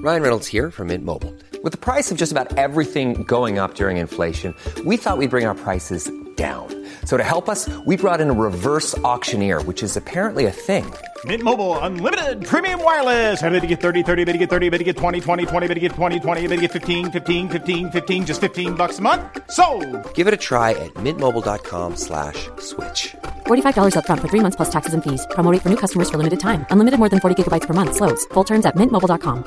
Ryan Reynolds here from Mint Mobile. With the price of just about everything going up during inflation, we thought we'd bring our prices down. So to help us, we brought in a reverse auctioneer, which is apparently a thing. Mint Mobile Unlimited Premium Wireless. How to get 30, 30, how to get 30, how to get 20, 20, 20, how to get 20, 20, how to get 15, 15, 15, 15, just $15 a month? Sold! Give it a try at mintmobile.com/switch. $45 up front for 3 months plus taxes and fees. Promo rate for new customers for limited time. Unlimited more than 40 gigabytes per month. Slows full terms at mintmobile.com.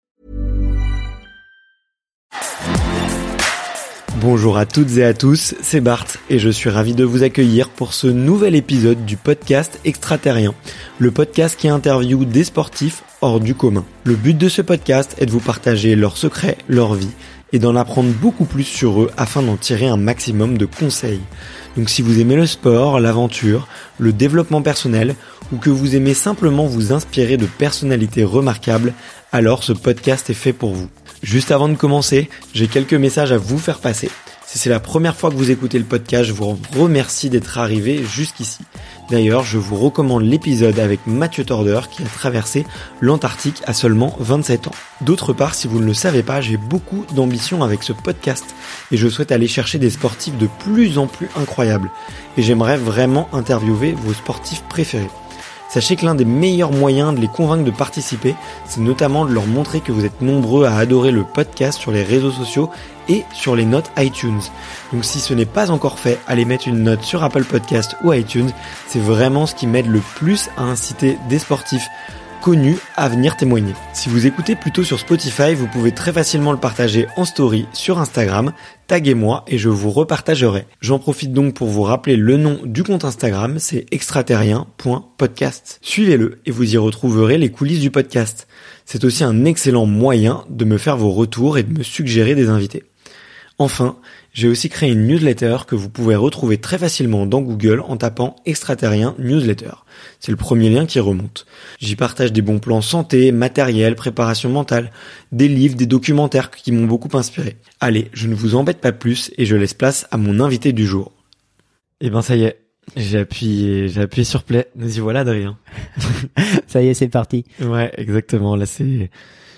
Bonjour à toutes et à tous, c'est Bart et je suis ravi de vous accueillir pour ce nouvel épisode du podcast Extraterrien, le podcast qui interviewe des sportifs hors du commun. Le but de ce podcast est de vous partager leurs secrets, leur vie et d'en apprendre beaucoup plus sur eux afin d'en tirer un maximum de conseils. Donc si vous aimez le sport, l'aventure, le développement personnel ou que vous aimez simplement vous inspirer de personnalités remarquables, alors ce podcast est fait pour vous. Juste avant de commencer, j'ai quelques messages à vous faire passer. Si c'est la première fois que vous écoutez le podcast, je vous remercie d'être arrivé jusqu'ici. D'ailleurs, je vous recommande l'épisode avec Mathieu Torder qui a traversé l'Antarctique à seulement 27 ans. D'autre part, si vous ne le savez pas, j'ai beaucoup d'ambition avec ce podcast et je souhaite aller chercher des sportifs de plus en plus incroyables. Et j'aimerais vraiment interviewer vos sportifs préférés. Sachez que l'un des meilleurs moyens de les convaincre de participer, c'est notamment de leur montrer que vous êtes nombreux à adorer le podcast sur les réseaux sociaux et sur les notes iTunes. Donc si ce n'est pas encore fait, allez mettre une note sur Apple Podcast ou iTunes, c'est vraiment ce qui m'aide le plus à inciter des sportifs connus à venir témoigner. Si vous écoutez plutôt sur Spotify, vous pouvez très facilement le partager en story sur Instagram, taguez-moi et je vous repartagerai. J'en profite donc pour vous rappeler le nom du compte Instagram, c'est extraterrien.podcast. Suivez-le et vous y retrouverez les coulisses du podcast. C'est aussi un excellent moyen de me faire vos retours et de me suggérer des invités. Enfin, j'ai aussi créé une newsletter que vous pouvez retrouver très facilement dans Google en tapant Extraterrien Newsletter. C'est le premier lien qui remonte. J'y partage des bons plans santé, matériel, préparation mentale, des livres, des documentaires qui m'ont beaucoup inspiré. Allez, je ne vous embête pas plus et je laisse place à mon invité du jour. Eh ben ça y est, j'ai appuyé sur play. Nous y voilà, Adrien. Ça y est, c'est parti. Ouais, exactement. Là, c'est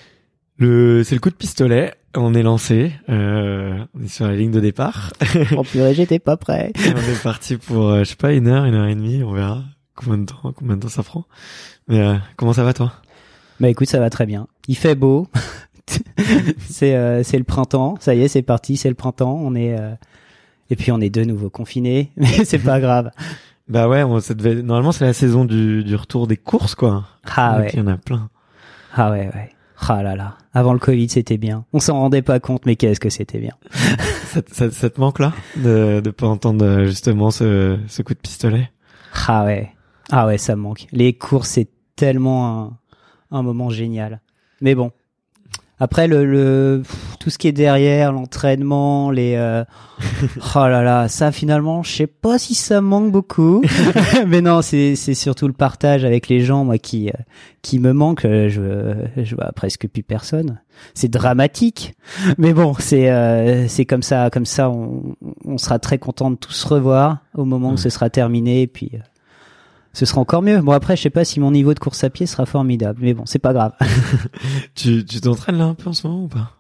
le coup de pistolet. On est lancé, on est sur la ligne de départ. Oh purée, j'étais pas prêt. On est parti pour, je sais pas, 1 heure et demie, on verra combien de temps ça prend. Mais comment ça va toi? Bah écoute, ça va très bien. Il fait beau. c'est le printemps. Ça y est, c'est parti, c'est le printemps. On est et puis on est de nouveau confinés, mais c'est pas grave. Bah ouais, normalement c'est la saison du retour des courses quoi. Ah donc, ouais. Il y en a plein. Ah ouais. Ah là là. Avant le Covid, c'était bien. On s'en rendait pas compte, mais qu'est-ce que c'était bien. ça te manque là de pas entendre justement ce coup de pistolet? Ah ouais, ça me manque. Les courses, c'est tellement un moment génial. Mais bon. Après tout ce qui est derrière, l'entraînement, oh là là, ça finalement, je sais pas si ça me manque beaucoup. Mais non, c'est surtout le partage avec les gens, moi, qui me manque. Je vois presque plus personne. C'est dramatique. Mais bon, c'est comme ça, on sera très content de tous se revoir au moment où ce sera terminé, et puis, ce sera encore mieux. Bon après, je sais pas si mon niveau de course à pied sera formidable, mais bon, c'est pas grave. Tu t'entraînes là un peu en ce moment ou pas?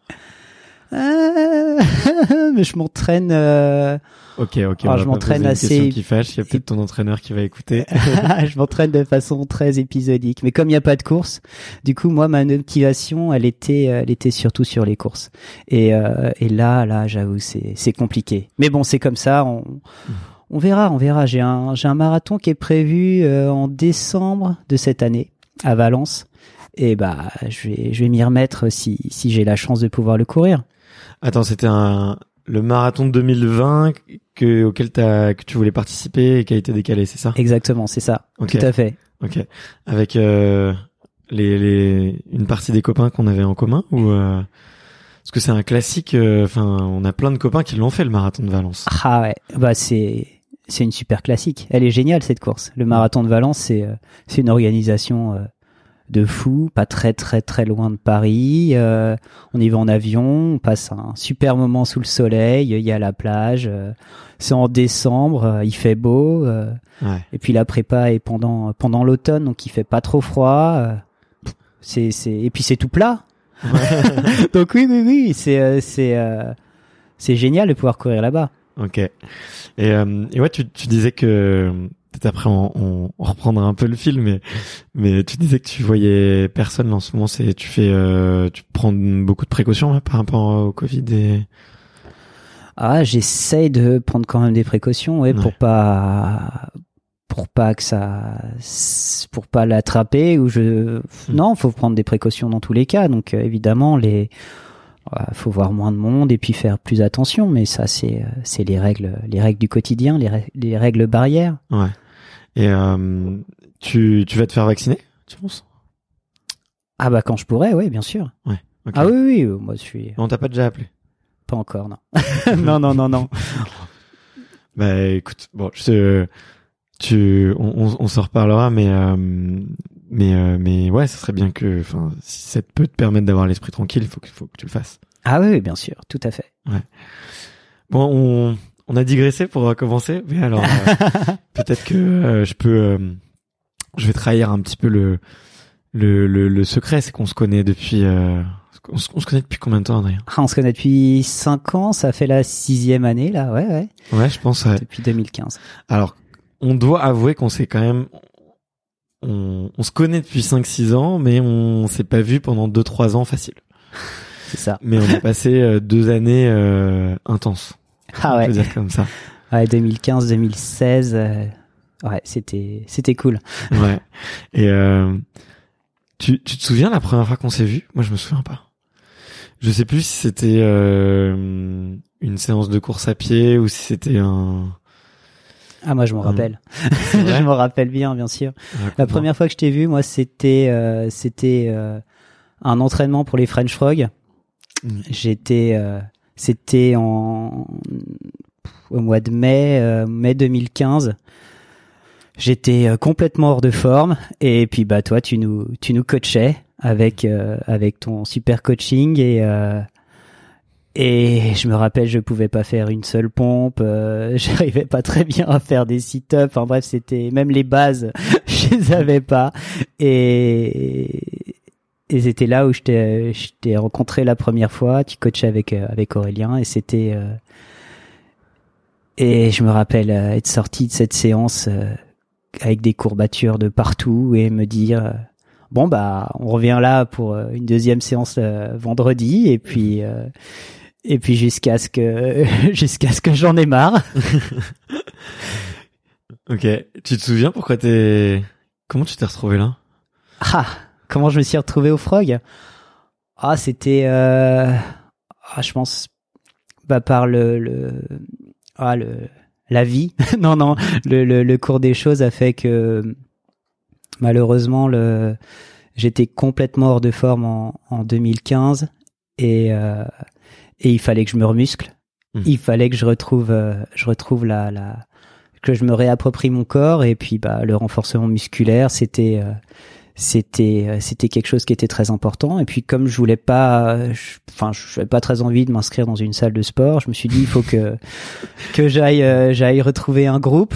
Mais je m'entraîne. Ok. Alors, je m'entraîne assez. Une question qui fâche. Il y a peut-être ton entraîneur qui va écouter. Je m'entraîne de façon très épisodique, mais comme il y a pas de course, du coup moi ma motivation, elle était surtout sur les courses. Et là, j'avoue, c'est compliqué. Mais bon, c'est comme ça. On verra. J'ai un marathon qui est prévu en décembre de cette année à Valence. Et bah, je vais m'y remettre si j'ai la chance de pouvoir le courir. Attends, c'était le marathon de 2020 auquel que tu voulais participer et qui a été décalé, c'est ça? Exactement, c'est ça. Okay. Tout à fait. Ok. Avec une partie des copains qu'on avait en commun ou parce que c'est un classique. On a plein de copains qui l'ont fait le marathon de Valence. Ah ouais. Bah c'est une super classique. Elle est géniale cette course. Le marathon de Valence, c'est une organisation de fou, pas très très très loin de Paris. On y va en avion, on passe un super moment sous le soleil, il y a la plage, c'est en décembre, il fait beau, ouais. Et puis la prépa est pendant l'automne, donc il fait pas trop froid. Et puis c'est tout plat. Donc oui, c'est génial de pouvoir courir là-bas. Ok. Et ouais, tu disais que peut-être après on reprendra un peu le fil, mais tu disais que tu voyais personne en ce moment. Tu prends beaucoup de précautions par rapport au Covid et. Ah, j'essaye de prendre quand même des précautions, ouais. Pour pas l'attraper non, faut prendre des précautions dans tous les cas. Donc évidemment faut voir moins de monde et puis faire plus attention, mais ça c'est les règles du quotidien, les règles barrières. Ouais. Et tu vas te faire vacciner, tu penses? Ah bah quand je pourrais, ouais, bien sûr. Ouais. Okay. Ah oui, moi je suis. On t'a pas déjà appelé? Pas encore, non. non. Bah écoute, bon, on s'en reparlera, mais ouais, ça serait bien que, enfin, si ça peut te permettre d'avoir l'esprit tranquille, il faut que tu le fasses. Ah oui, bien sûr, tout à fait. Ouais. Bon, on a digressé pour commencer, mais alors peut-être que je vais trahir un petit peu le secret, c'est qu'on se connaît depuis. On se connaît depuis combien de temps, Adrien? On se connaît depuis 5 ans, ça fait la 6e année là, ouais. Ouais, je pense. Ouais. Depuis 2015. Alors, on doit avouer qu'on s'est quand même, on se connaît depuis 5-6 ans, mais on s'est pas vu pendant 2-3 ans facile. C'est ça. Mais on a passé 2 années intenses. Ah ouais. On peut dire comme ça. Ouais, 2015, 2016, ouais, c'était cool. Ouais. Et tu te souviens la première fois qu'on s'est vu? Moi, je me souviens pas. Je sais plus si c'était une séance de course à pied ou si c'était un. Ah, moi je m'en rappelle. Je m'en rappelle bien sûr. La première fois que je t'ai vu, moi c'était un entraînement pour les French Frog. C'était au mois de mai 2015. J'étais complètement hors de forme et puis bah toi tu nous coachais avec ton super coaching et je me rappelle, je pouvais pas faire une seule pompe, j'arrivais pas très bien à faire des sit-ups. Enfin bref, c'était même les bases, je les avais pas. Et c'était là où je t'ai rencontré la première fois. Tu coachais avec Aurélien et c'était et je me rappelle être sorti de cette séance avec des courbatures de partout et me dire bon bah on revient là pour une deuxième séance vendredi et puis jusqu'à ce que j'en ai marre. Ok, tu te souviens comment tu t'es retrouvé là? Ah, comment je me suis retrouvé au Frog? Ah, c'était je pense par la vie. non, le cours des choses a fait que malheureusement j'étais complètement hors de forme en 2015 et il fallait que je me remuscle. Il fallait que je retrouve que je me réapproprie mon corps et puis bah le renforcement musculaire c'était quelque chose qui était très important et puis comme je voulais pas j'avais pas très envie de m'inscrire dans une salle de sport, je me suis dit il faut que j'aille retrouver un groupe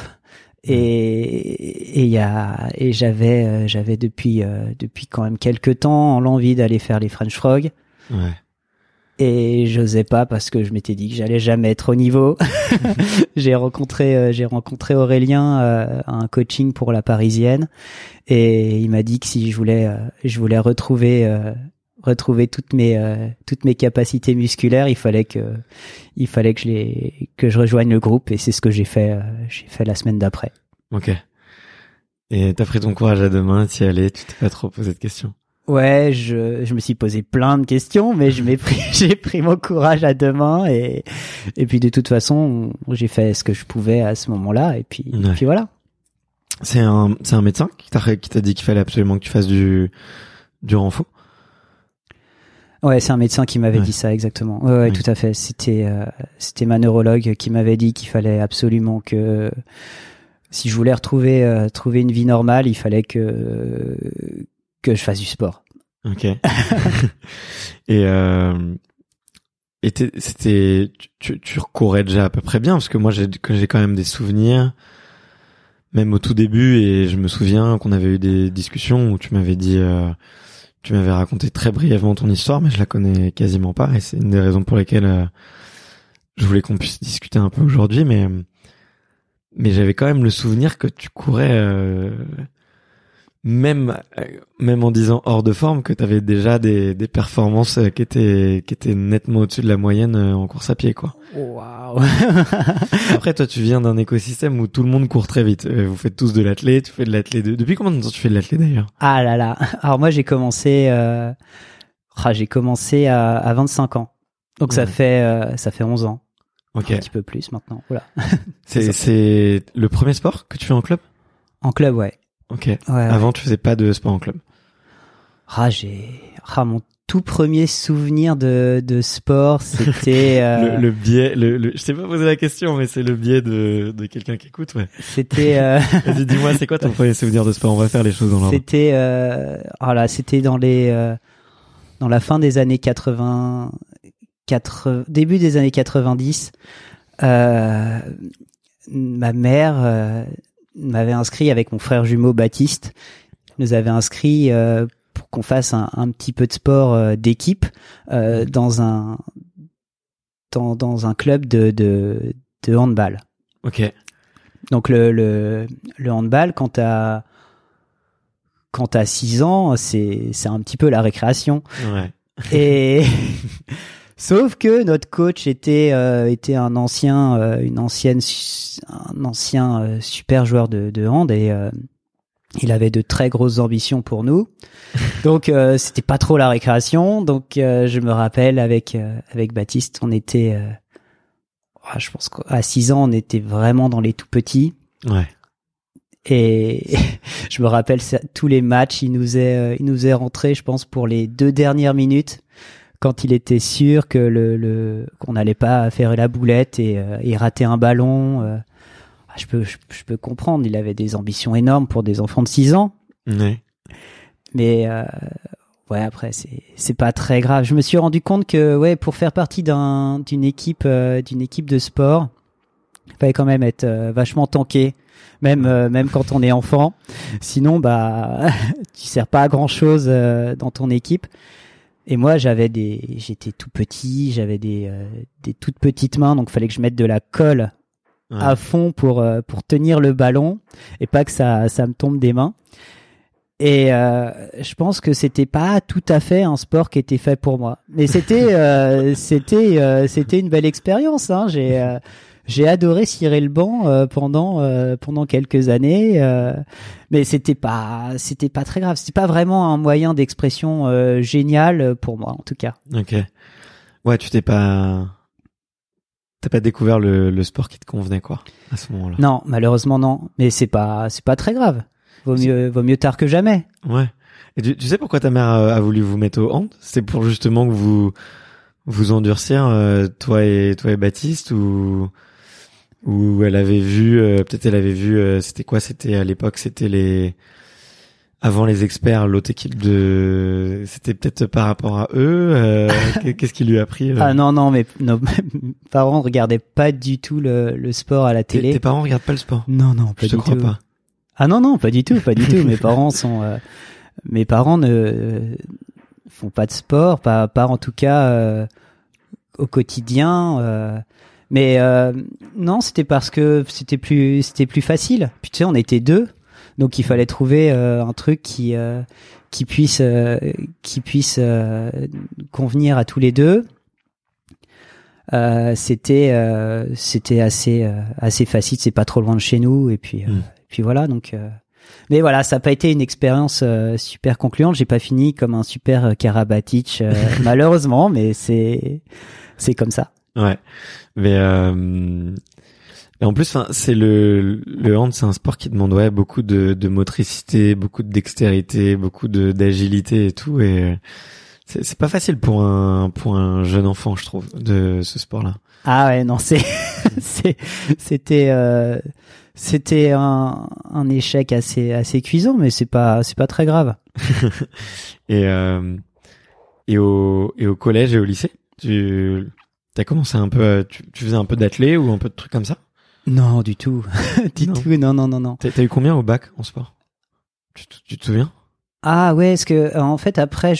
et j'avais depuis quand même quelques temps l'envie d'aller faire les French Frog. Ouais. Et j'osais pas parce que je m'étais dit que j'allais jamais être au niveau. J'ai rencontré Aurélien à un coaching pour la Parisienne et il m'a dit que si je voulais retrouver toutes mes capacités musculaires, il fallait que je rejoigne le groupe et c'est ce que j'ai fait la semaine d'après. OK. Et t'as pris ton courage à deux mains, t'y allais, tu t'es pas trop posé de questions. Ouais, je me suis posé plein de questions, mais j'ai pris mon courage à deux mains et puis de toute façon, j'ai fait ce que je pouvais à ce moment-là et puis voilà. C'est un médecin qui t'a dit qu'il fallait absolument que tu fasses du renfo? Ouais, c'est un médecin qui m'avait dit ça exactement. Ouais, tout à fait. C'était ma neurologue qui m'avait dit qu'il fallait absolument que si je voulais trouver une vie normale, il fallait que je fasse du sport. Ok. Et tu recourais déjà à peu près bien parce que moi j'ai quand même des souvenirs, même au tout début, et je me souviens qu'on avait eu des discussions où tu m'avais dit tu m'avais raconté très brièvement ton histoire, mais je la connais quasiment pas, et c'est une des raisons pour lesquelles je voulais qu'on puisse discuter un peu aujourd'hui, mais j'avais quand même le souvenir que tu courais, même en disant hors de forme, que tu avais déjà des performances qui étaient nettement au-dessus de la moyenne en course à pied, quoi. Waouh. Après, toi, tu viens d'un écosystème où tout le monde court très vite. Vous faites tous de l'athlé, tu fais de l'athlé. Depuis combien de temps tu fais de l'athlé d'ailleurs? Ah là là. Alors moi, j'ai commencé à 25 ans. Donc ça fait 11 ans. Ok. Un petit peu plus maintenant. Voilà. C'est le premier sport que tu fais en club? En club, ouais. Ok. Ouais, Avant, tu faisais pas de sport en club? Mon tout premier souvenir de sport, c'était le biais. Je t'ai pas posé la question, mais c'est le biais de quelqu'un qui écoute, ouais. C'était. Vas-y, dis-moi, c'est quoi ton premier souvenir de sport? On va faire les choses dans l'ordre. C'était dans la fin des années 80. Début des années 90, ma mère m'avait inscrit avec mon frère jumeau Baptiste, nous avait inscrit pour qu'on fasse un petit peu de sport d'équipe dans un club de handball. Ok. Donc le handball, quand t'as 6 ans, c'est un petit peu la récréation. Ouais. Et sauf que notre coach était un ancien super joueur de hand, et il avait de très grosses ambitions pour nous. Donc c'était pas trop la récréation. Donc je me rappelle avec Baptiste, on était je pense qu'à 6 ans, on était vraiment dans les tout petits. Ouais. Et je me rappelle tous les matchs, il nous est rentré, je pense, pour les 2 dernières minutes, quand il était sûr que qu'on n'allait pas faire la boulette et rater un ballon. Je peux comprendre, il avait des ambitions énormes pour des enfants de 6 ans. Ouais. Mais après c'est pas très grave. Je me suis rendu compte que pour faire partie d'une équipe de sport, il fallait quand même être vachement tanké. Même quand on est enfant, sinon tu sers pas à grand chose dans ton équipe. Et moi j'étais tout petit, j'avais des toutes petites mains, donc fallait que je mette de la colle à fond pour tenir le ballon et pas que ça me tombe des mains. Et je pense que c'était pas tout à fait un sport qui était fait pour moi, mais c'était une belle expérience, hein. J'ai adoré cirer le banc pendant quelques années, mais c'était pas très grave. C'était pas vraiment un moyen d'expression génial pour moi, en tout cas. Ok. Ouais, t'as pas découvert le sport qui te convenait, quoi, à ce moment-là. Non, malheureusement non. Mais c'est pas très grave. Vaut mieux tard que jamais. Ouais. Et tu sais pourquoi ta mère a voulu vous mettre au hand? C'est pour justement que vous endurcir, toi et Baptiste, ou elle avait vu, c'était quoi? C'était à l'époque, avant les experts, l'autre équipe c'était peut-être par rapport à eux. Qu'est-ce qui lui a pris? Ah non, mais nos parents regardaient pas du tout le sport à la télé. Tes parents regardent pas le sport? Non, pas du tout. Je te crois pas. Ah non, pas du tout. Mes parents ne font pas de sport, pas en tout cas au quotidien. Mais non, c'était parce que c'était plus facile. Puis tu sais, on était 2, donc il fallait trouver un truc qui puisse convenir à tous les 2. C'était assez facile, c'est pas trop loin de chez nous, et puis voilà. Donc mais voilà, ça n'a pas été une expérience super concluante. J'ai pas fini comme un super Karabatic malheureusement, mais c'est comme ça. Ouais, mais en plus, c'est le hand, c'est un sport qui demande beaucoup de motricité, beaucoup de dextérité, beaucoup d'agilité et tout, et c'est pas facile pour un jeune enfant, je trouve, de ce sport-là. Ah ouais, non, c'était un échec assez cuisant, mais c'est pas très grave. Et au collège et au lycée, t'as commencé un peu, tu faisais un peu d'athlé ou un peu de trucs comme ça? Non, du tout. Tout, non. T'as eu combien au bac en sport? Tu te souviens? Ah ouais, parce que en fait après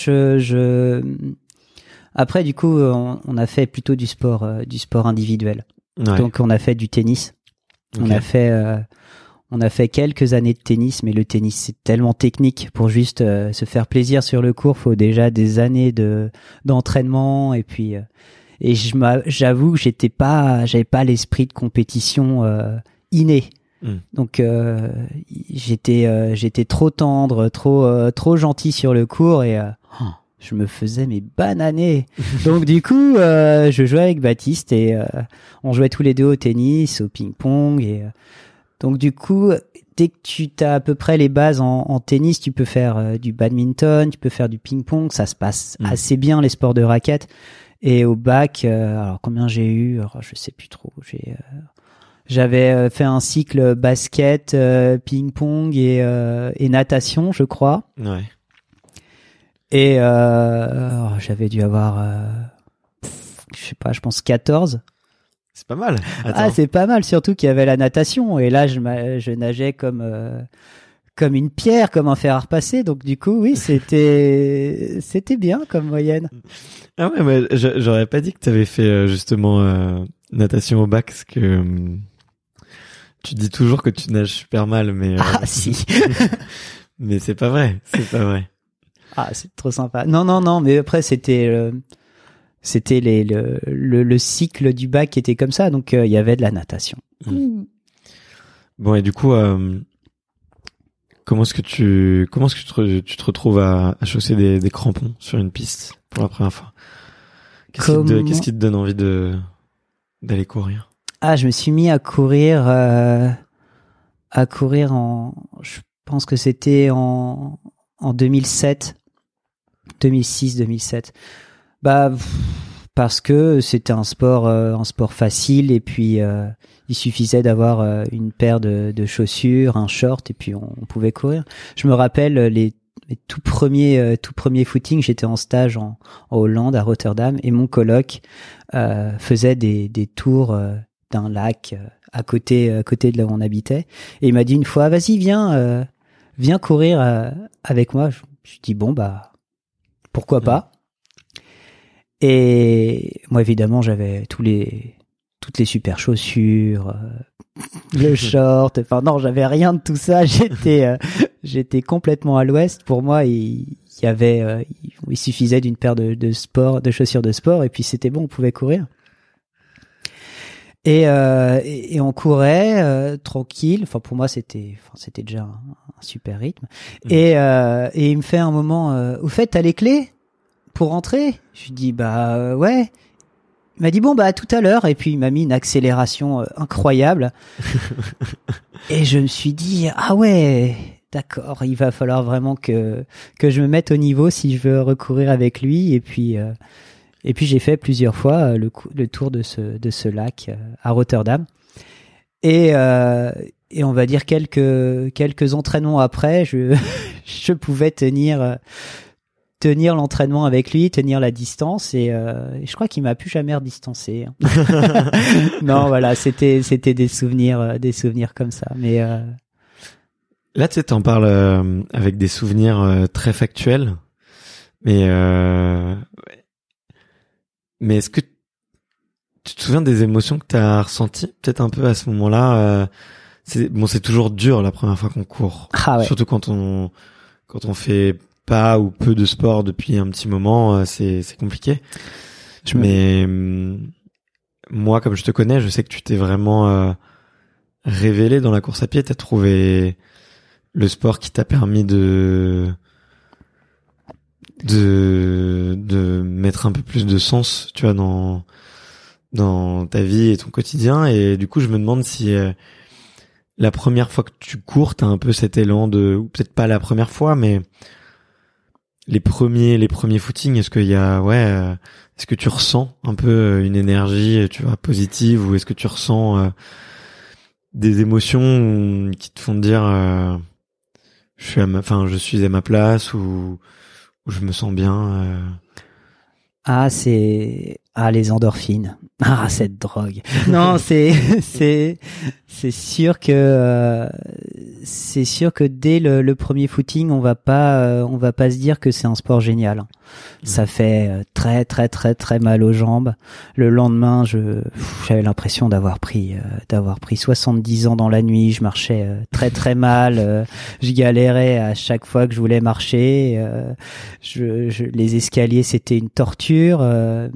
après du coup on a fait plutôt du sport individuel. Ouais. Donc on a fait du tennis. Ok. On a fait quelques années de tennis, mais le tennis c'est tellement technique pour juste se faire plaisir sur le court, faut déjà des années d'entraînement et puis et j'avoue que j'avais pas l'esprit de compétition inné. Donc j'étais trop tendre, trop gentil sur le court et je me faisais mes bananer. Donc du coup, je jouais avec Baptiste et on jouait tous les deux au tennis, au ping-pong et donc du coup, dès que tu as à peu près les bases en tennis, tu peux faire du badminton, tu peux faire du ping-pong, ça se passe assez bien les sports de raquettes. Et au bac, alors combien j'ai eu, alors, je sais plus trop, j'avais fait un cycle basket, ping-pong et natation, je crois. Ouais. Et j'avais dû avoir, je sais pas, je pense 14. C'est pas mal. Attends. Ah, c'est pas mal, surtout qu'il y avait la natation. Et là, je nageais comme une pierre, comme un fer à repasser. Donc du coup, oui, c'était bien comme moyenne. Ah ouais, mais j'aurais pas dit que t'avais fait justement natation au bac, parce que tu dis toujours que tu nages super mal, mais Ah si. mais c'est pas vrai, Ah, c'est trop sympa. Non, mais après c'était le cycle du bac qui était comme ça, donc il y avait de la natation. Bon, et du coup, comment est-ce que tu te retrouves à chausser des crampons sur une piste pour la première fois? Qu'est-ce qui te donne envie d'aller courir? Ah, je me suis mis à courir je pense que c'était en 2007, 2006-2007. Bah parce que c'était un sport facile et puis il suffisait d'avoir une paire de chaussures, un short et puis on pouvait courir. Je me rappelle les tout premiers footings, j'étais en stage en Hollande à Rotterdam et mon coloc faisait des tours d'un lac à côté de là où on habitait et il m'a dit une fois vas-y viens courir avec moi. Je dis bon bah pourquoi pas. Et moi évidemment j'avais toutes les super chaussures, le short, enfin non, j'avais rien de tout ça, j'étais complètement à l'ouest. Pour moi, il suffisait d'une paire de chaussures de sport et puis c'était bon, on pouvait courir. Et on courait tranquille. Enfin pour moi c'était déjà un super rythme. Et il me fait un moment au fait, t'as les clés pour rentrer? Je lui dis bah ouais. Il m'a dit bon bah à tout à l'heure et puis il m'a mis une accélération incroyable. Et je me suis dit ah ouais, d'accord, il va falloir vraiment que je me mette au niveau si je veux recourir avec lui et puis j'ai fait plusieurs fois le tour de ce lac à Rotterdam. Et on va dire quelques entraînements après, je pouvais tenir l'entraînement avec lui, tenir la distance et je crois qu'il m'a plus jamais redistancé. Non, voilà, c'était des souvenirs comme ça. Mais là, tu sais, t'en parles avec des souvenirs très factuels, mais est-ce que tu te souviens des émotions que t'as ressenties peut-être un peu à ce moment-là? C'est toujours dur la première fois qu'on court, surtout quand on fait pas ou peu de sport depuis un petit moment, c'est compliqué. Mais moi, comme je te connais, je sais que tu t'es vraiment révélé dans la course à pied. T'as trouvé le sport qui t'a permis de mettre un peu plus de sens, tu vois, dans ta vie et ton quotidien. Et du coup, je me demande si la première fois que tu cours, t'as un peu cet élan ou peut-être pas la première fois, mais les premiers footings, est-ce que tu ressens un peu une énergie, tu vois, positive, ou est-ce que tu ressens des émotions qui te font dire je suis à ma place ou je me sens bien? les endorphines. Ah, cette drogue. Non, c'est sûr que dès le premier footing, on va pas se dire que c'est un sport génial. Ça fait très très très très mal aux jambes. Le lendemain, j'avais l'impression d'avoir pris 70 ans dans la nuit. Je marchais très très mal. Je galérais à chaque fois que je voulais marcher. Les escaliers, c'était une torture.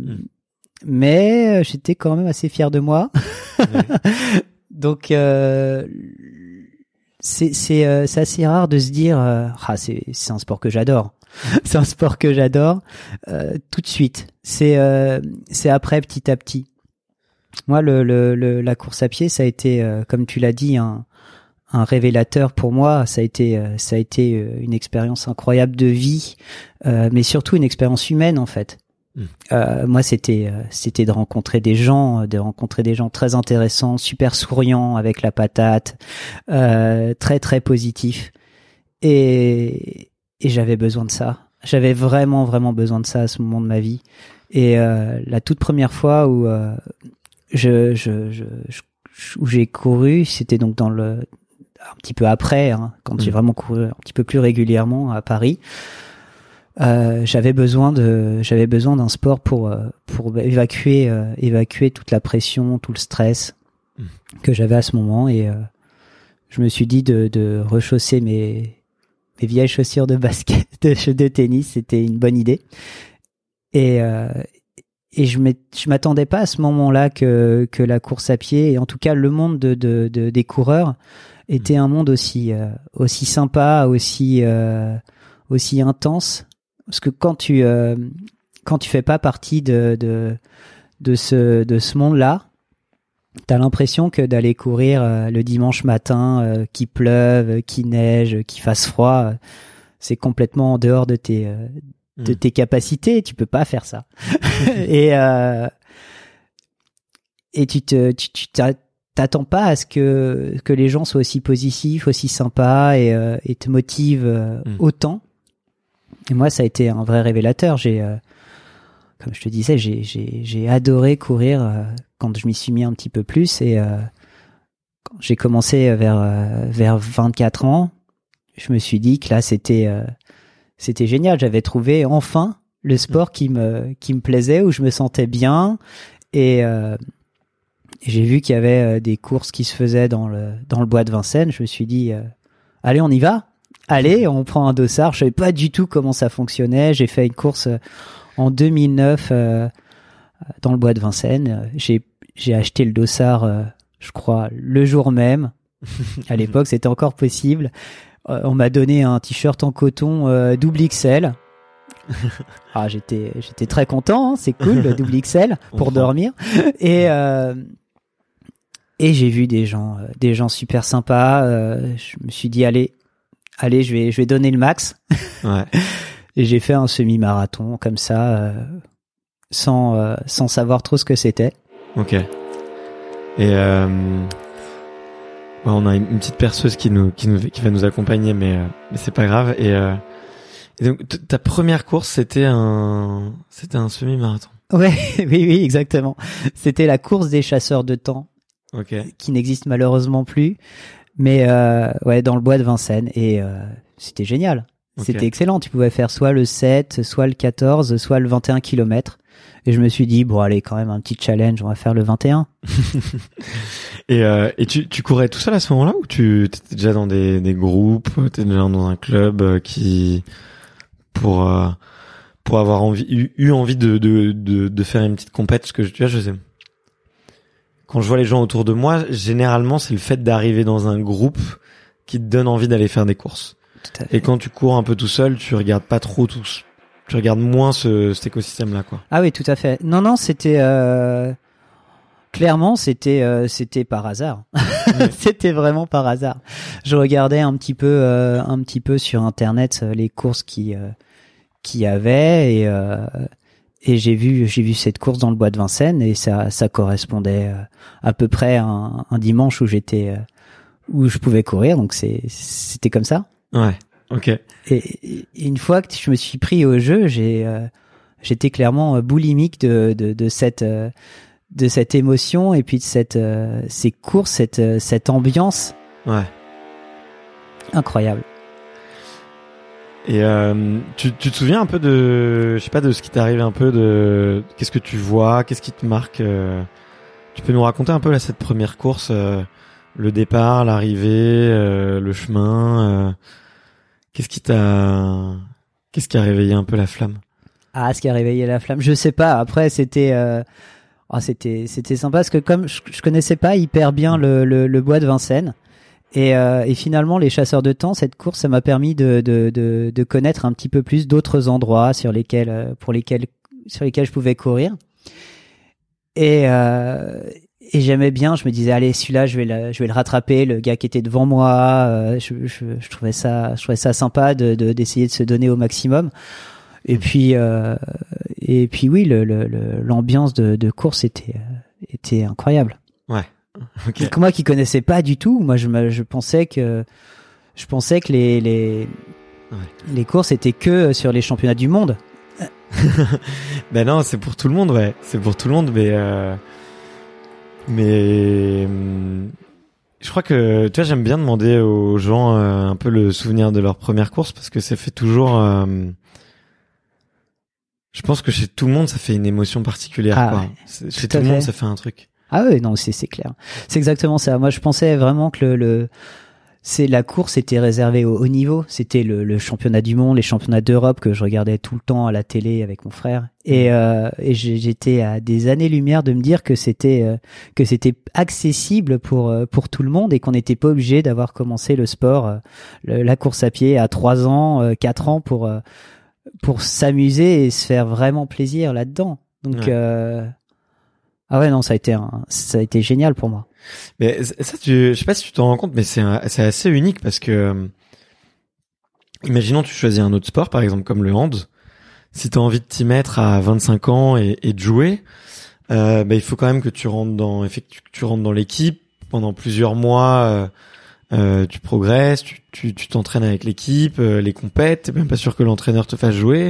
Mais j'étais quand même assez fier de moi. Ouais. Donc c'est assez rare de se dire c'est un sport que j'adore. C'est un sport que j'adore tout de suite. C'est après petit à petit. Moi la course à pied, ça a été comme tu l'as dit un révélateur pour moi. Ça a été une expérience incroyable de vie, mais surtout une expérience humaine en fait. Moi, c'était de rencontrer des gens très intéressants, super souriants, avec la patate, très très positifs. Et j'avais besoin de ça. J'avais vraiment vraiment besoin de ça à ce moment de ma vie. Et la toute première fois où où j'ai couru, c'était donc un petit peu après, hein, quand j'ai vraiment couru un petit peu plus régulièrement à Paris. J'avais besoin d'un sport pour évacuer toute la pression, tout le stress que j'avais à ce moment, et je me suis dit de rechausser mes vieilles chaussures de basket de tennis, c'était une bonne idée. Et je m'attendais pas à ce moment-là que la course à pied, et en tout cas le monde des coureurs, était un monde aussi sympa, aussi intense. Parce que quand tu fais pas partie de ce monde-là, t'as l'impression que d'aller courir le dimanche matin, qu'il pleuve, qu'il neige, qu'il fasse froid, c'est complètement en dehors de tes capacités. Tu peux pas faire ça. Et tu t'attends pas à ce que les gens soient aussi positifs, aussi sympas et te motivent autant. Et moi, ça a été un vrai révélateur. Comme je te disais, j'ai adoré courir quand je m'y suis mis un petit peu plus. Et quand j'ai commencé vers 24 ans, je me suis dit que là, c'était génial. J'avais trouvé enfin le sport qui me plaisait, où je me sentais bien. Et j'ai vu qu'il y avait des courses qui se faisaient dans le bois de Vincennes. Je me suis dit, allez, on y va. Allez, on prend un dossard. Je savais pas du tout comment ça fonctionnait. J'ai fait une course en 2009 dans le bois de Vincennes. J'ai acheté le dossard, je crois, le jour même. À l'époque, c'était encore possible. On m'a donné un t-shirt en coton double XL. Ah, j'étais très content. Hein, c'est cool, le double XL pour dormir. Et j'ai vu des gens super sympas. Je me suis dit, allez, je vais donner le max. Ouais. Et j'ai fait un semi-marathon comme ça, sans savoir trop ce que c'était. Ok. Et on a une petite perceuse qui va nous accompagner, mais c'est pas grave. Et donc ta première course, c'était un semi-marathon. Ouais, oui, exactement. C'était la course des chasseurs de temps. Ok. Qui n'existe malheureusement plus. Mais ouais, dans le bois de Vincennes, et c'était génial. Okay. C'était excellent. Tu pouvais faire soit le 7, soit le 14, soit le 21 km. Et je me suis dit, bon, allez, quand même, un petit challenge, on va faire le 21. Et tu courais tout seul à ce moment-là, ou tu étais déjà dans des groupes, t'étais déjà dans un club pour avoir eu envie de faire une petite compète? Parce que je sais. Quand je vois les gens autour de moi, généralement, c'est le fait d'arriver dans un groupe qui te donne envie d'aller faire des courses. Tout à fait. Et quand tu cours un peu tout seul, tu regardes pas trop tu regardes moins cet écosystème-là, quoi. Ah oui, tout à fait. Non, c'était clairement, c'était par hasard. C'était vraiment par hasard. Je regardais un petit peu sur Internet les courses qui y avait, et j'ai vu cette course dans le bois de Vincennes, et ça correspondait à peu près à un dimanche où je pouvais courir, donc c'était comme ça. Ouais. Ok. Et une fois que je me suis pris au jeu, j'étais clairement boulimique de cette émotion et puis de ces courses, cette ambiance. Ouais. Incroyable. Et tu te souviens un peu de, je sais pas, de ce qui t'est arrivé un peu, de qu'est-ce que tu vois, qu'est-ce qui te marque tu peux nous raconter un peu là cette première course, le départ, l'arrivée, le chemin, qu'est-ce qui a réveillé un peu la flamme? Ah, ce qui a réveillé la flamme, je sais pas. Après, c'était sympa parce que comme je connaissais pas hyper bien le bois de Vincennes. Et finalement, les chasseurs de temps, cette course, ça m'a permis de connaître un petit peu plus d'autres endroits sur lesquels je pouvais courir. Et j'aimais bien. Je me disais, allez, celui-là, je vais le rattraper. Le gars qui était devant moi, je trouvais ça sympa d'essayer de se donner au maximum. Et puis oui, l'ambiance de course était incroyable. Ouais. Okay. Moi qui connaissais pas du tout, moi je pensais que les courses étaient que sur les championnats du monde. Ben non, c'est pour tout le monde, ouais. C'est pour tout le monde, mais je crois que tu vois, j'aime bien demander aux gens un peu le souvenir de leur première course parce que ça fait toujours. Je pense que chez tout le monde, ça fait une émotion particulière. Quoi. Ouais, chez tout le monde, ça fait un truc. Ah oui, non, c'est clair. C'est exactement ça. Moi, je pensais vraiment que la course était réservée au haut niveau. C'était le championnat du monde, les championnats d'Europe que je regardais tout le temps à la télé avec mon frère. Et j'étais à des années-lumière de me dire que c'était accessible pour tout le monde et qu'on n'était pas obligé d'avoir commencé le sport, la course à pied à 3 ans, 4 ans pour s'amuser et se faire vraiment plaisir là-dedans. Donc, ouais. Ah ouais, non, ça a été génial pour moi. Mais ça, je sais pas si tu t'en rends compte, mais c'est assez unique parce que, imaginons tu choisis un autre sport, par exemple comme le hand. Si t'as envie de t'y mettre à 25 ans et de jouer, il faut quand même que tu rentres dans l'équipe pendant plusieurs mois. Tu progresses, tu t'entraînes avec l'équipe, les compètes. T'es même pas sûr que l'entraîneur te fasse jouer.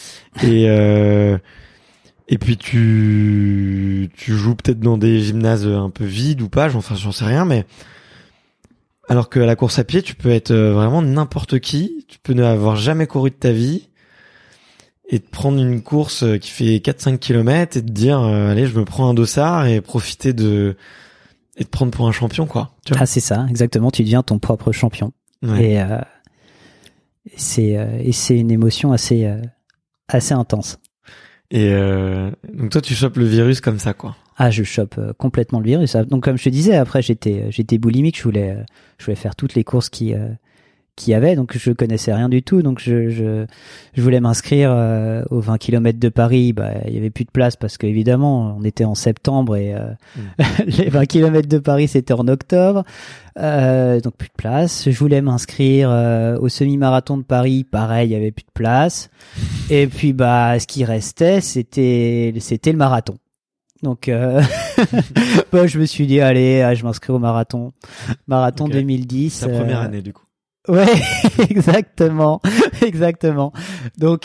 Et puis tu joues peut-être dans des gymnases un peu vides ou pas, j'en sais rien, mais alors qu'à la course à pied, tu peux être vraiment n'importe qui, tu peux n'avoir jamais couru de ta vie et te prendre une course qui fait 4-5 km et te dire allez, je me prends un dossard et profiter et te prendre pour un champion, quoi. Tu vois. Ah, c'est ça, exactement, tu deviens ton propre champion. Ouais. Et c'est une émotion assez intense. Et donc toi tu chopes le virus comme ça, quoi. Ah, je chope complètement le virus. Donc comme je te disais, après j'étais boulimique, je voulais faire toutes les courses qui y avait, donc je connaissais rien du tout, donc je voulais m'inscrire aux 20 km de Paris. Il y avait plus de place parce que évidemment on était en septembre et les 20 km de Paris c'était en octobre, donc plus de place. Je voulais m'inscrire au semi-marathon de Paris, pareil, il y avait plus de place. Et puis ce qui restait c'était le marathon. Donc je me suis dit allez, je m'inscris au marathon okay. 2010. C'est la première année du coup. Ouais, exactement. Donc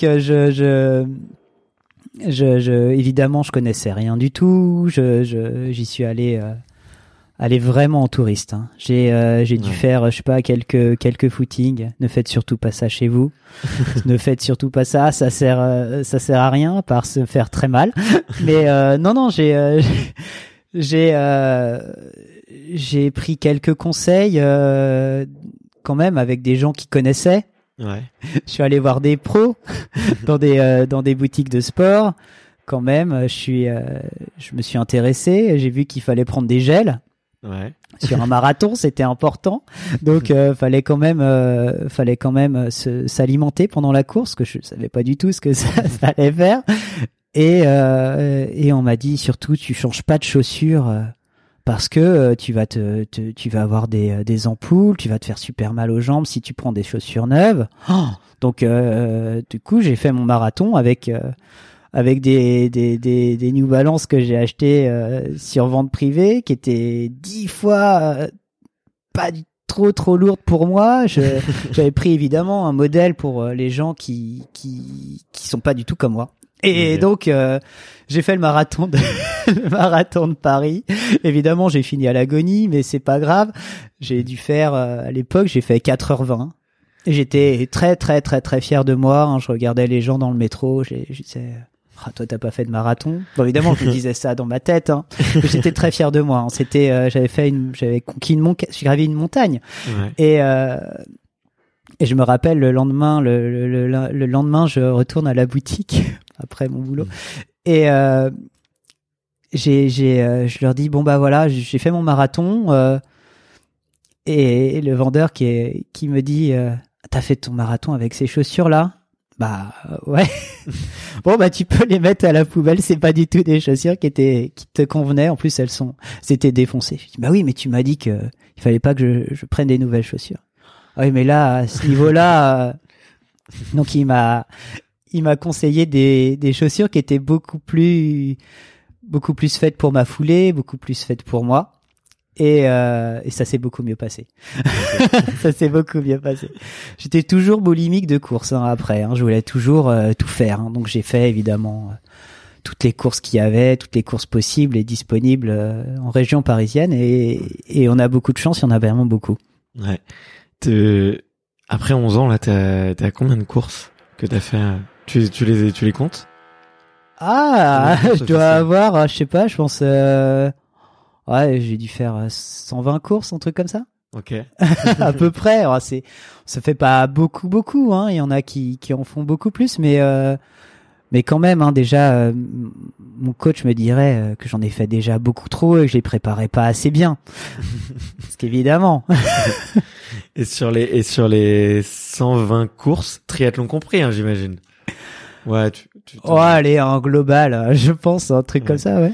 évidemment, je connaissais rien du tout. J'y suis allé vraiment en touriste. Hein. J'ai dû faire, je sais pas, quelques footings. Ne faites surtout pas ça chez vous. Ne faites surtout pas ça. Ça sert à rien, à part se faire très mal. Mais non, j'ai pris quelques conseils. Quand même avec des gens qui connaissaient. Ouais. Je suis allé voir des pros dans des boutiques de sport. Quand même, je me suis intéressé. J'ai vu qu'il fallait prendre des gels. Ouais. Sur un marathon, c'était important. Donc, fallait quand même s'alimenter pendant la course, que je savais pas du tout ce que ça allait faire. Et on m'a dit surtout, tu changes pas de chaussures. Parce que tu vas avoir des ampoules, tu vas te faire super mal aux jambes si tu prends des chaussures neuves. Donc du coup, j'ai fait mon marathon avec des New Balance que j'ai acheté sur vente privée, qui étaient 10 fois pas trop lourdes pour moi. J'avais pris évidemment un modèle pour les gens qui sont pas du tout comme moi. Et donc j'ai fait le marathon le marathon de Paris. Évidemment, j'ai fini à l'agonie, mais c'est pas grave. J'ai dû faire, à l'époque, j'ai fait 4h20. Et j'étais très, très, très, très fier de moi. Hein. Je regardais les gens dans le métro. Je disais, toi, t'as pas fait de marathon. Bon, évidemment, je me disais ça dans ma tête. Hein. Mais j'étais très fier de moi. Hein. C'était, j'avais conquis j'ai gravi une montagne. Ouais. Et je me rappelle le lendemain, le lendemain, je retourne à la boutique après mon boulot. Et je leur dis bon bah voilà, j'ai fait mon marathon. Et le vendeur qui me dit t'as fait ton marathon avec ces chaussures là? Bah ouais. Bon bah tu peux les mettre à la poubelle, c'est pas du tout des chaussures qui te convenaient. En plus c'était défoncé. Je dis bah oui mais tu m'as dit que il fallait pas que je prenne des nouvelles chaussures. Oui, mais là, à ce niveau-là, donc il m'a conseillé des chaussures qui étaient beaucoup plus faites pour ma foulée, beaucoup plus faites pour moi. Et ça s'est beaucoup mieux passé. Ça s'est beaucoup mieux passé. J'étais toujours boulimique de course, hein, après, hein. Je voulais toujours tout faire, hein. Donc j'ai fait évidemment toutes les courses qu'il y avait, toutes les courses possibles et disponibles en région parisienne. Et on a beaucoup de chance, il y en a vraiment beaucoup. Ouais. Après 11 ans, là, t'as combien de courses que t'as fait? Tu les comptes? Ah, je dois avoir, je sais pas, je pense, ouais, j'ai dû faire 120 courses, un truc comme ça. Ok. À peu près. Alors, ça fait pas beaucoup, hein. Il y en a qui en font beaucoup plus, mais quand même, hein, déjà, mon coach me dirait que j'en ai fait déjà beaucoup trop et que je les préparais pas assez bien. Parce qu'évidemment. Et sur les 120 courses, triathlon compris, hein, j'imagine. Ouais, allez, en global, je pense, un truc comme ça, ouais.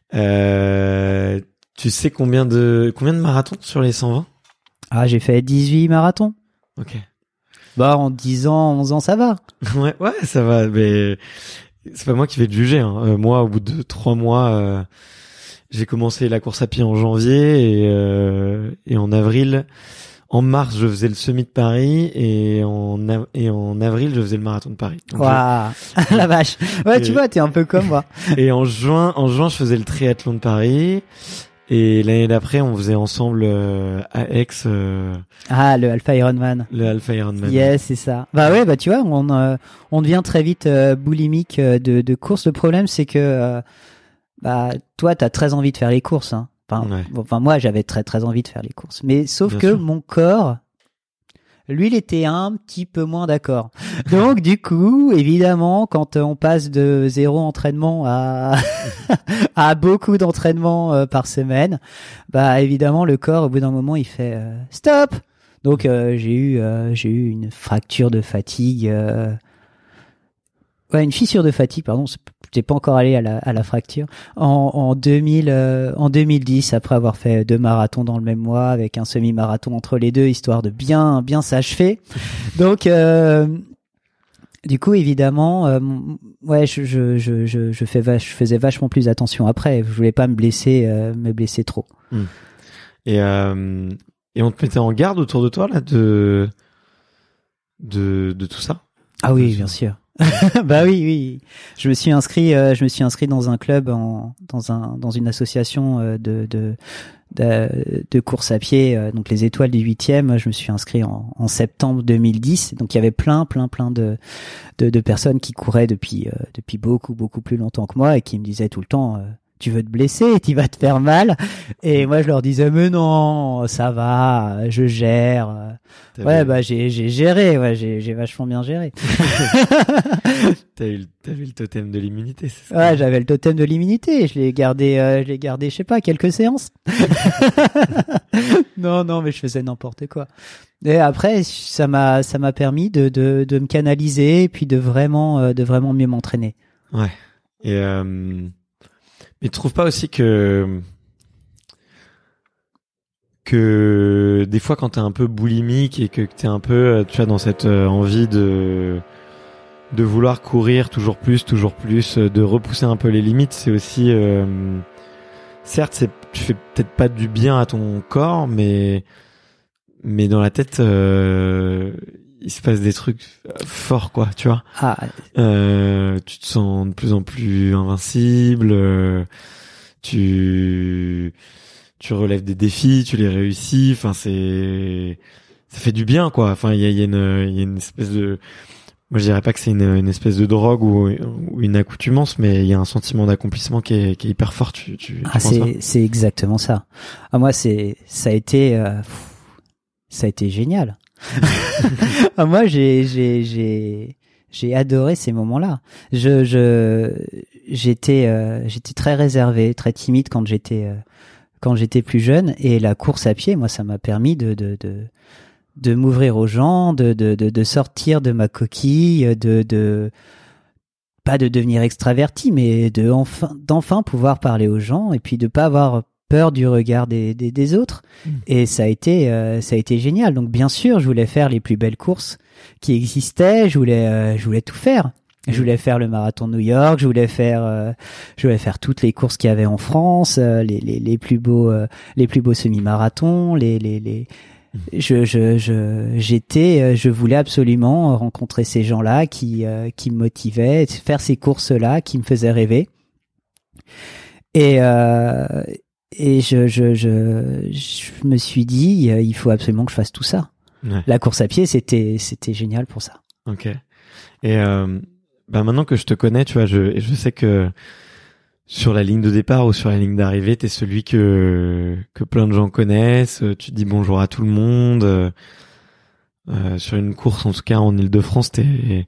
Tu sais combien de marathons sur les 120? Ah, j'ai fait 18 marathons. Ok. Bah, en 10 ans, 11 ans, ça va. Ouais, ça va, mais c'est pas moi qui vais te juger, hein. Moi, au bout de 3 mois, j'ai commencé la course à pied en janvier et en avril, en mars, je faisais le semi de Paris et en avril, je faisais le marathon de Paris. Waouh, la vache. Ouais, tu vois, t'es un peu comme moi. Et en juin, je faisais le triathlon de Paris. Et l'année d'après, on faisait ensemble à Aix. Le Alpha Ironman. Le Alpha Ironman. Yes, c'est ça. Bah ouais, bah tu vois, on devient très vite boulimique de course. Le problème, c'est que toi, t'as très envie de faire les courses. Hein. Enfin, moi, j'avais très très envie de faire les courses. Mais sauf que mon corps, lui, il était un petit peu moins d'accord. Donc, du coup, évidemment, quand on passe de 0 entraînement à beaucoup d'entraînement par semaine, bah évidemment, le corps, au bout d'un moment, il fait stop. Donc, j'ai eu une fracture de fatigue. Une fissure de fatigue, pardon. J'étais pas encore allé à la fracture. En 2010, après avoir fait 2 marathons dans le même mois, avec un semi-marathon entre les deux, histoire de bien s'achever. Donc, du coup, évidemment, je faisais vachement plus attention après. Je voulais pas me blesser trop. Et on te mettait en garde autour de toi, là, de tout ça? Ah oui, bien sûr. Bah oui. Je me suis inscrit dans un club dans une association de course à pied, donc les Étoiles du 8e. Je me suis inscrit en septembre 2010. Donc il y avait plein de personnes qui couraient depuis beaucoup plus longtemps que moi et qui me disaient tout le temps tu veux te blesser, tu vas te faire mal. Et moi, je leur disais, mais non, ça va, je gère. J'ai géré, j'ai vachement bien géré. T'avais le totem de l'immunité, c'est ça? Ouais, j'avais le totem de l'immunité. Je l'ai gardé, je sais pas, quelques séances. Non, mais je faisais n'importe quoi. Et après, ça m'a permis de me canaliser et puis de vraiment mieux m'entraîner. Ouais. Et, mais tu trouves pas aussi que des fois quand t'es un peu boulimique et que t'es un peu, tu vois, dans cette envie de vouloir courir toujours plus, de repousser un peu les limites, c'est aussi, certes, tu fais peut-être pas du bien à ton corps, mais dans la tête, il se passe des trucs forts, quoi, tu vois. Tu te sens de plus en plus invincible. tu relèves des défis, tu les réussis. Enfin, ça fait du bien, quoi. Enfin, il y a une espèce de, moi je dirais pas que c'est une espèce de drogue ou une accoutumance, mais il y a un sentiment d'accomplissement qui est hyper fort. Tu penses pas? C'est exactement ça. Ah, moi, ça a été génial. Ah, moi, j'ai adoré ces moments-là. J'étais très réservé, très timide quand j'étais plus jeune, et la course à pied, moi, ça m'a permis de m'ouvrir aux gens, de sortir de ma coquille, pas de devenir extraverti, mais d'enfin pouvoir parler aux gens, et puis de pas avoir peur du regard des autres. Et ça a été génial. Donc bien sûr, je voulais faire les plus belles courses qui existaient, je voulais tout faire. Je voulais faire le marathon de New York, je voulais faire toutes les courses qu'il y avait en France, les plus beaux semi-marathons, je voulais absolument rencontrer ces gens-là qui me motivaient, faire ces courses-là qui me faisaient rêver. Et je me suis dit, il faut absolument que je fasse tout ça. Ouais. La course à pied, c'était génial pour ça. Ok. Et maintenant que je te connais, tu vois, je sais que sur la ligne de départ ou sur la ligne d'arrivée, t'es celui que plein de gens connaissent. Tu dis bonjour à tout le monde. Sur une course, en tout cas en Île-de-France, t'es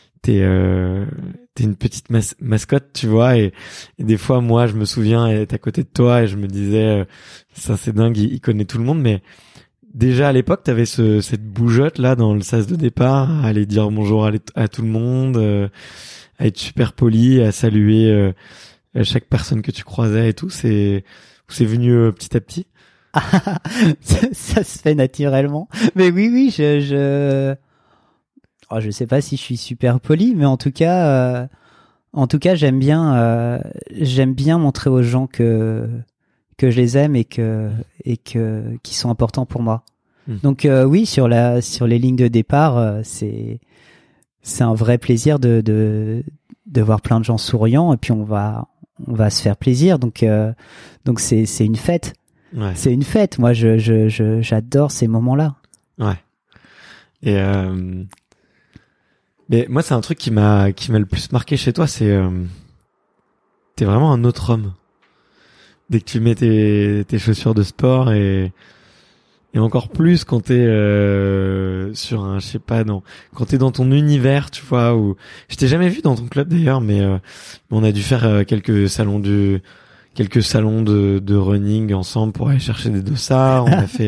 une petite mascotte, tu vois. Et des fois, moi, je me souviens être à côté de toi et je me disais, ça c'est dingue, il connaît tout le monde. Mais déjà à l'époque, t'avais cette bougeotte là dans le sas de départ, à aller dire bonjour à tout le monde, à être super poli, à saluer chaque personne que tu croisais et tout. C'est venu petit à petit. Ça se fait naturellement. Mais oui, je sais pas si je suis super poli, mais en tout cas, j'aime bien montrer aux gens que je les aime et qui sont importants pour moi. Donc oui, sur les lignes de départ, c'est un vrai plaisir de voir plein de gens souriants, et puis on va se faire plaisir. Donc c'est une fête. Ouais. C'est une fête. Moi, j'adore ces moments-là. Ouais. Et mais moi, c'est un truc qui m'a le plus marqué chez toi, c'est t'es vraiment un autre homme. Dès que tu mets tes chaussures de sport et encore plus quand t'es sur un, je sais pas, quand t'es dans ton univers, tu vois, où je t'ai jamais vu dans ton club d'ailleurs, mais on a dû faire quelques salons de running ensemble pour aller chercher des dossards.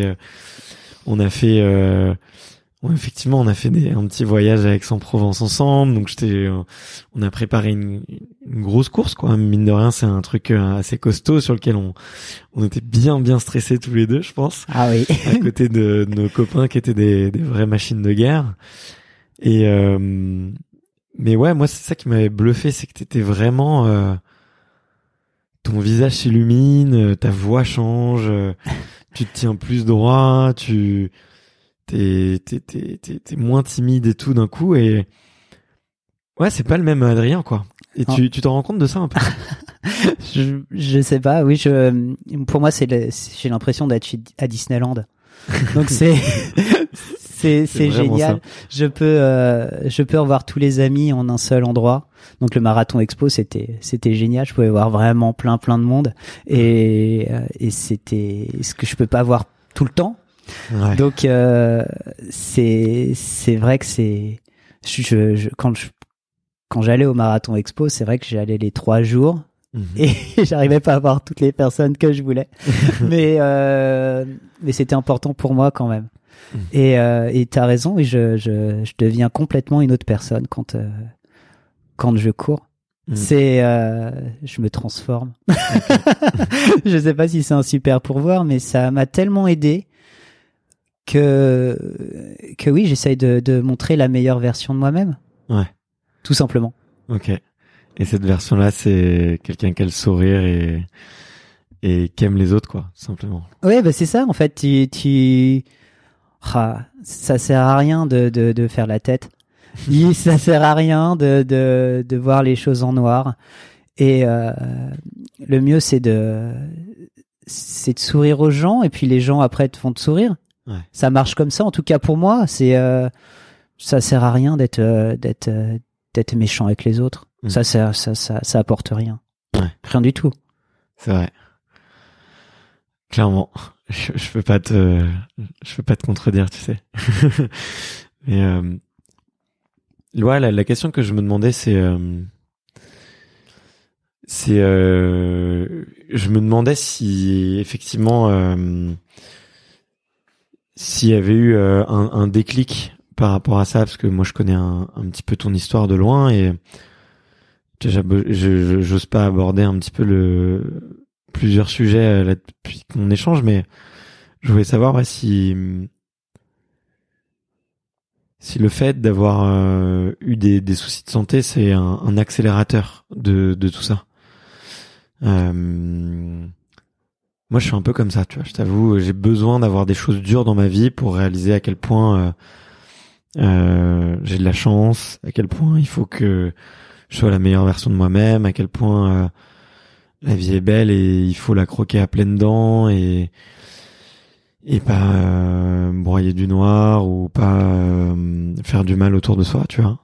Effectivement, on a fait un petit voyage à Aix-en-Provence ensemble. Donc on a préparé une grosse course, quoi. Mine de rien, c'est un truc assez costaud sur lequel on était bien stressés tous les deux, je pense. Ah oui. À côté de nos copains qui étaient des vraies machines de guerre. Et mais ouais, moi c'est ça qui m'avait bluffé, c'est que t'étais vraiment ton visage s'illumine, ta voix change, tu te tiens plus droit, t'es moins timide et tout d'un coup, et ouais, c'est pas le même Adrien, quoi. Et tu t'en rends compte de ça un peu? Je sais pas, oui, pour moi j'ai l'impression d'être à Disneyland. Donc c'est génial. Ça. Je peux revoir tous les amis en un seul endroit. Donc le marathon expo, c'était génial. Je pouvais voir vraiment plein de monde, et c'était ce que je peux pas voir tout le temps. Ouais. Donc c'est vrai que quand j'allais au marathon expo, c'est vrai que j'allais les 3 jours. Et j'arrivais pas à voir toutes les personnes que je voulais, mais c'était important pour moi quand même. Et t'as raison, et je deviens complètement une autre personne quand je cours. Je me transforme. Je sais pas si c'est un super pourvoir, mais ça m'a tellement aidé que oui, j'essaye de montrer la meilleure version de moi-même. Ouais. Tout simplement. Ok. Et cette version-là, c'est quelqu'un qui a le sourire et qui aime les autres, quoi, simplement. Ouais, bah c'est ça, en fait. Ça sert à rien de faire la tête. Ça sert à rien de voir les choses en noir. Et le mieux c'est de sourire aux gens, et puis les gens après te font te sourire. Ouais. Ça marche comme ça, en tout cas pour moi. Ça sert à rien d'être méchant avec les autres. Ça apporte rien. Ouais. Rien du tout. C'est vrai. Clairement. Je peux pas te contredire, tu sais. Mais la question que je me demandais, je me demandais si effectivement s'il y avait eu un déclic par rapport à ça, parce que moi je connais un petit peu ton histoire de loin, et j'ose pas aborder un petit peu plusieurs sujets là depuis qu'on échange, mais je voulais savoir si le fait d'avoir eu des soucis de santé, c'est un accélérateur de tout ça. Moi, je suis un peu comme ça, tu vois. Je t'avoue, j'ai besoin d'avoir des choses dures dans ma vie pour réaliser à quel point j'ai de la chance, à quel point il faut que je sois la meilleure version de moi-même, à quel point la vie est belle et il faut la croquer à pleines dents et pas broyer du noir ou pas faire du mal autour de soi, tu vois.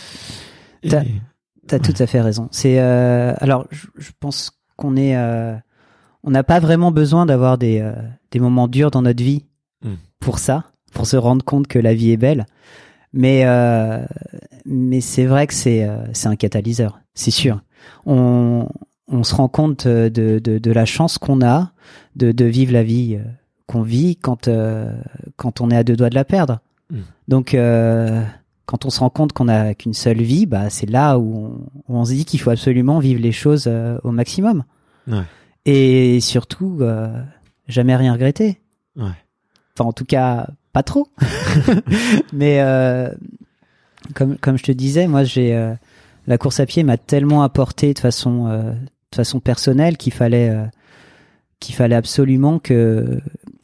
T'as tout à fait raison. C'est alors je pense qu'on est on n'a pas vraiment besoin d'avoir des moments durs dans notre vie pour ça, pour se rendre compte que la vie est belle. Mais c'est vrai que c'est un catalyseur, c'est sûr. On se rend compte de la chance qu'on a de vivre la vie qu'on vit quand on est à deux doigts de la perdre. Donc quand on se rend compte qu'on a qu'une seule vie, bah c'est là où on se dit qu'il faut absolument vivre les choses au maximum. Ouais. Et surtout jamais rien regretter. Ouais. Enfin en tout cas pas trop. Mais comme je te disais, moi j'ai la course à pied m'a tellement apporté de façon personnelle qu'il fallait absolument que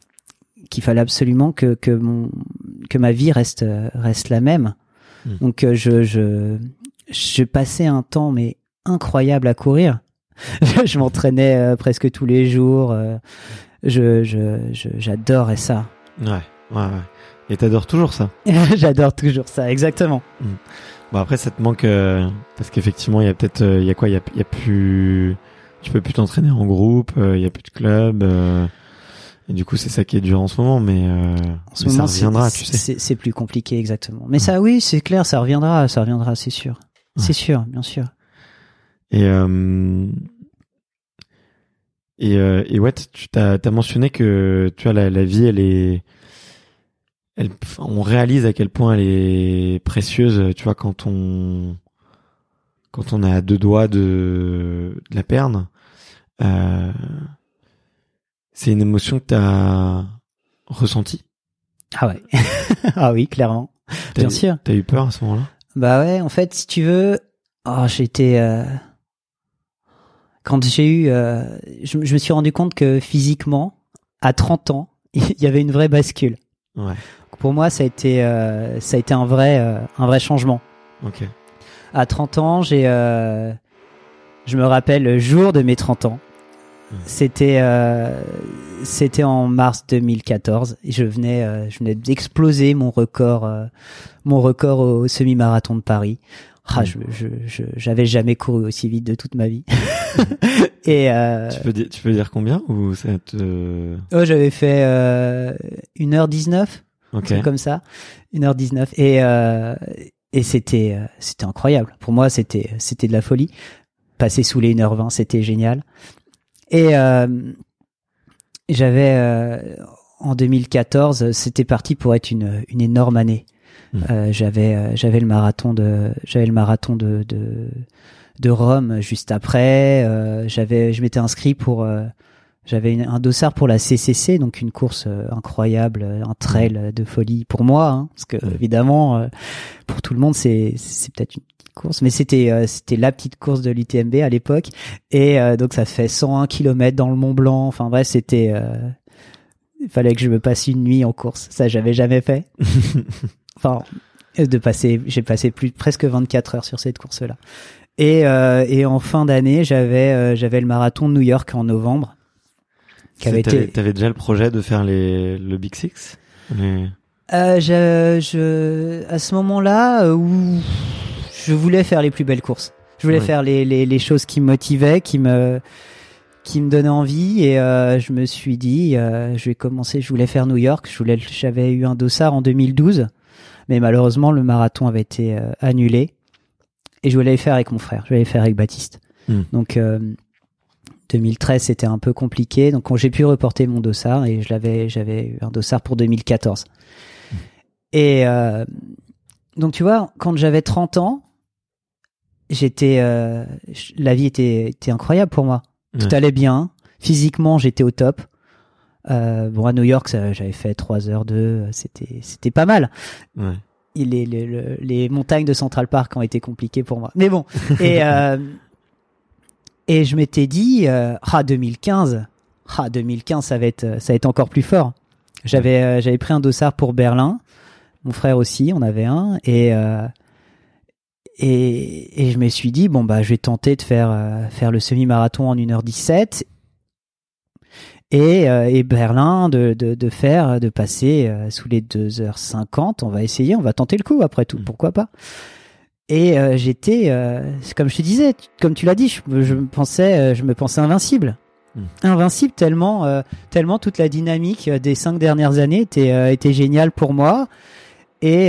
ma vie reste la même. Donc je passais un temps mais incroyable à courir. Je m'entraînais presque tous les jours. J'adorais ça. Ouais. Et t'adores toujours ça? J'adore toujours ça, exactement. Bon après ça te manque parce qu'effectivement il y a peut-être il y a plus, tu peux plus t'entraîner en groupe, il y a plus de club. Et du coup, c'est ça qui est dur en ce moment, mais ça reviendra, tu sais. C'est plus compliqué, exactement. Mais ça, oui, c'est clair, ça reviendra, c'est sûr. Ouais. C'est sûr, bien sûr. Et ouais, t'as mentionné que, tu vois, la vie, on réalise à quel point elle est précieuse, tu vois, quand on est à deux doigts de la perdre. C'est une émotion que t'as ressentie? Ah ouais. Ah oui, clairement. Bien sûr. T'as eu peur à ce moment-là? Bah ouais, en fait, si tu veux, j'étais quand j'ai eu je me suis rendu compte que physiquement, à 30 ans, il y avait une vraie bascule. Ouais. Pour moi, ça a été un vrai changement. OK. À 30 ans, je me rappelle le jour de mes 30 ans. C'était en mars 2014 et je venais d'exploser mon record au semi-marathon de Paris. J'avais jamais couru aussi vite de toute ma vie. Et tu peux dire combien ou ça te... j'avais fait 1h19. OK. Comme ça, 1h19 et c'était incroyable. Pour moi, c'était de la folie. Passer sous les 1h20, c'était génial. Et j'avais en 2014, c'était parti pour être une énorme année. J'avais le marathon de Rome juste après. Je m'étais inscrit pour j'avais un dossard pour la CCC, donc une course incroyable, un trail de folie pour moi, hein, parce que évidemment pour tout le monde c'est peut-être une course, mais c'était la petite course de l'UTMB à l'époque, et donc ça fait 101 km dans le Mont Blanc. Enfin bref, c'était il fallait que je me passe une nuit en course, ça j'avais jamais fait. Enfin j'ai passé presque 24 heures sur cette course là, Et en fin d'année, j'avais le marathon de New York en novembre. T'avais déjà le projet de faire le Big Six? À ce moment-là, où je voulais faire les plus belles courses. Je voulais faire les choses qui me motivaient, qui me donnaient envie, et je me suis dit, je voulais faire New York. J'avais eu un dossard en 2012, mais malheureusement le marathon avait été annulé, et je voulais le faire avec mon frère. Je voulais le faire avec Baptiste. Donc 2013 c'était un peu compliqué, donc quand j'ai pu reporter mon dossard, et j'avais eu un dossard pour 2014. Et donc tu vois, quand j'avais 30 ans, la vie était incroyable pour moi. Tout allait bien, physiquement j'étais au top. Bon, à New York j'avais fait 3h02, c'était pas mal. Ouais. Les montagnes de Central Park ont été compliquées pour moi, mais bon. Et je m'étais dit 2015 ça va être encore plus fort. J'avais pris un dossard pour Berlin, mon frère aussi, on avait un, et je me suis dit bon je vais tenter de faire le semi-marathon en 1h17, et Berlin de passer sous les 2h50. On va tenter le coup, après tout, pourquoi pas. Et j'étais, comme je te disais, comme tu l'as dit, je me pensais invincible. Invincible tellement toute la dynamique des 5 dernières années était géniale pour moi, et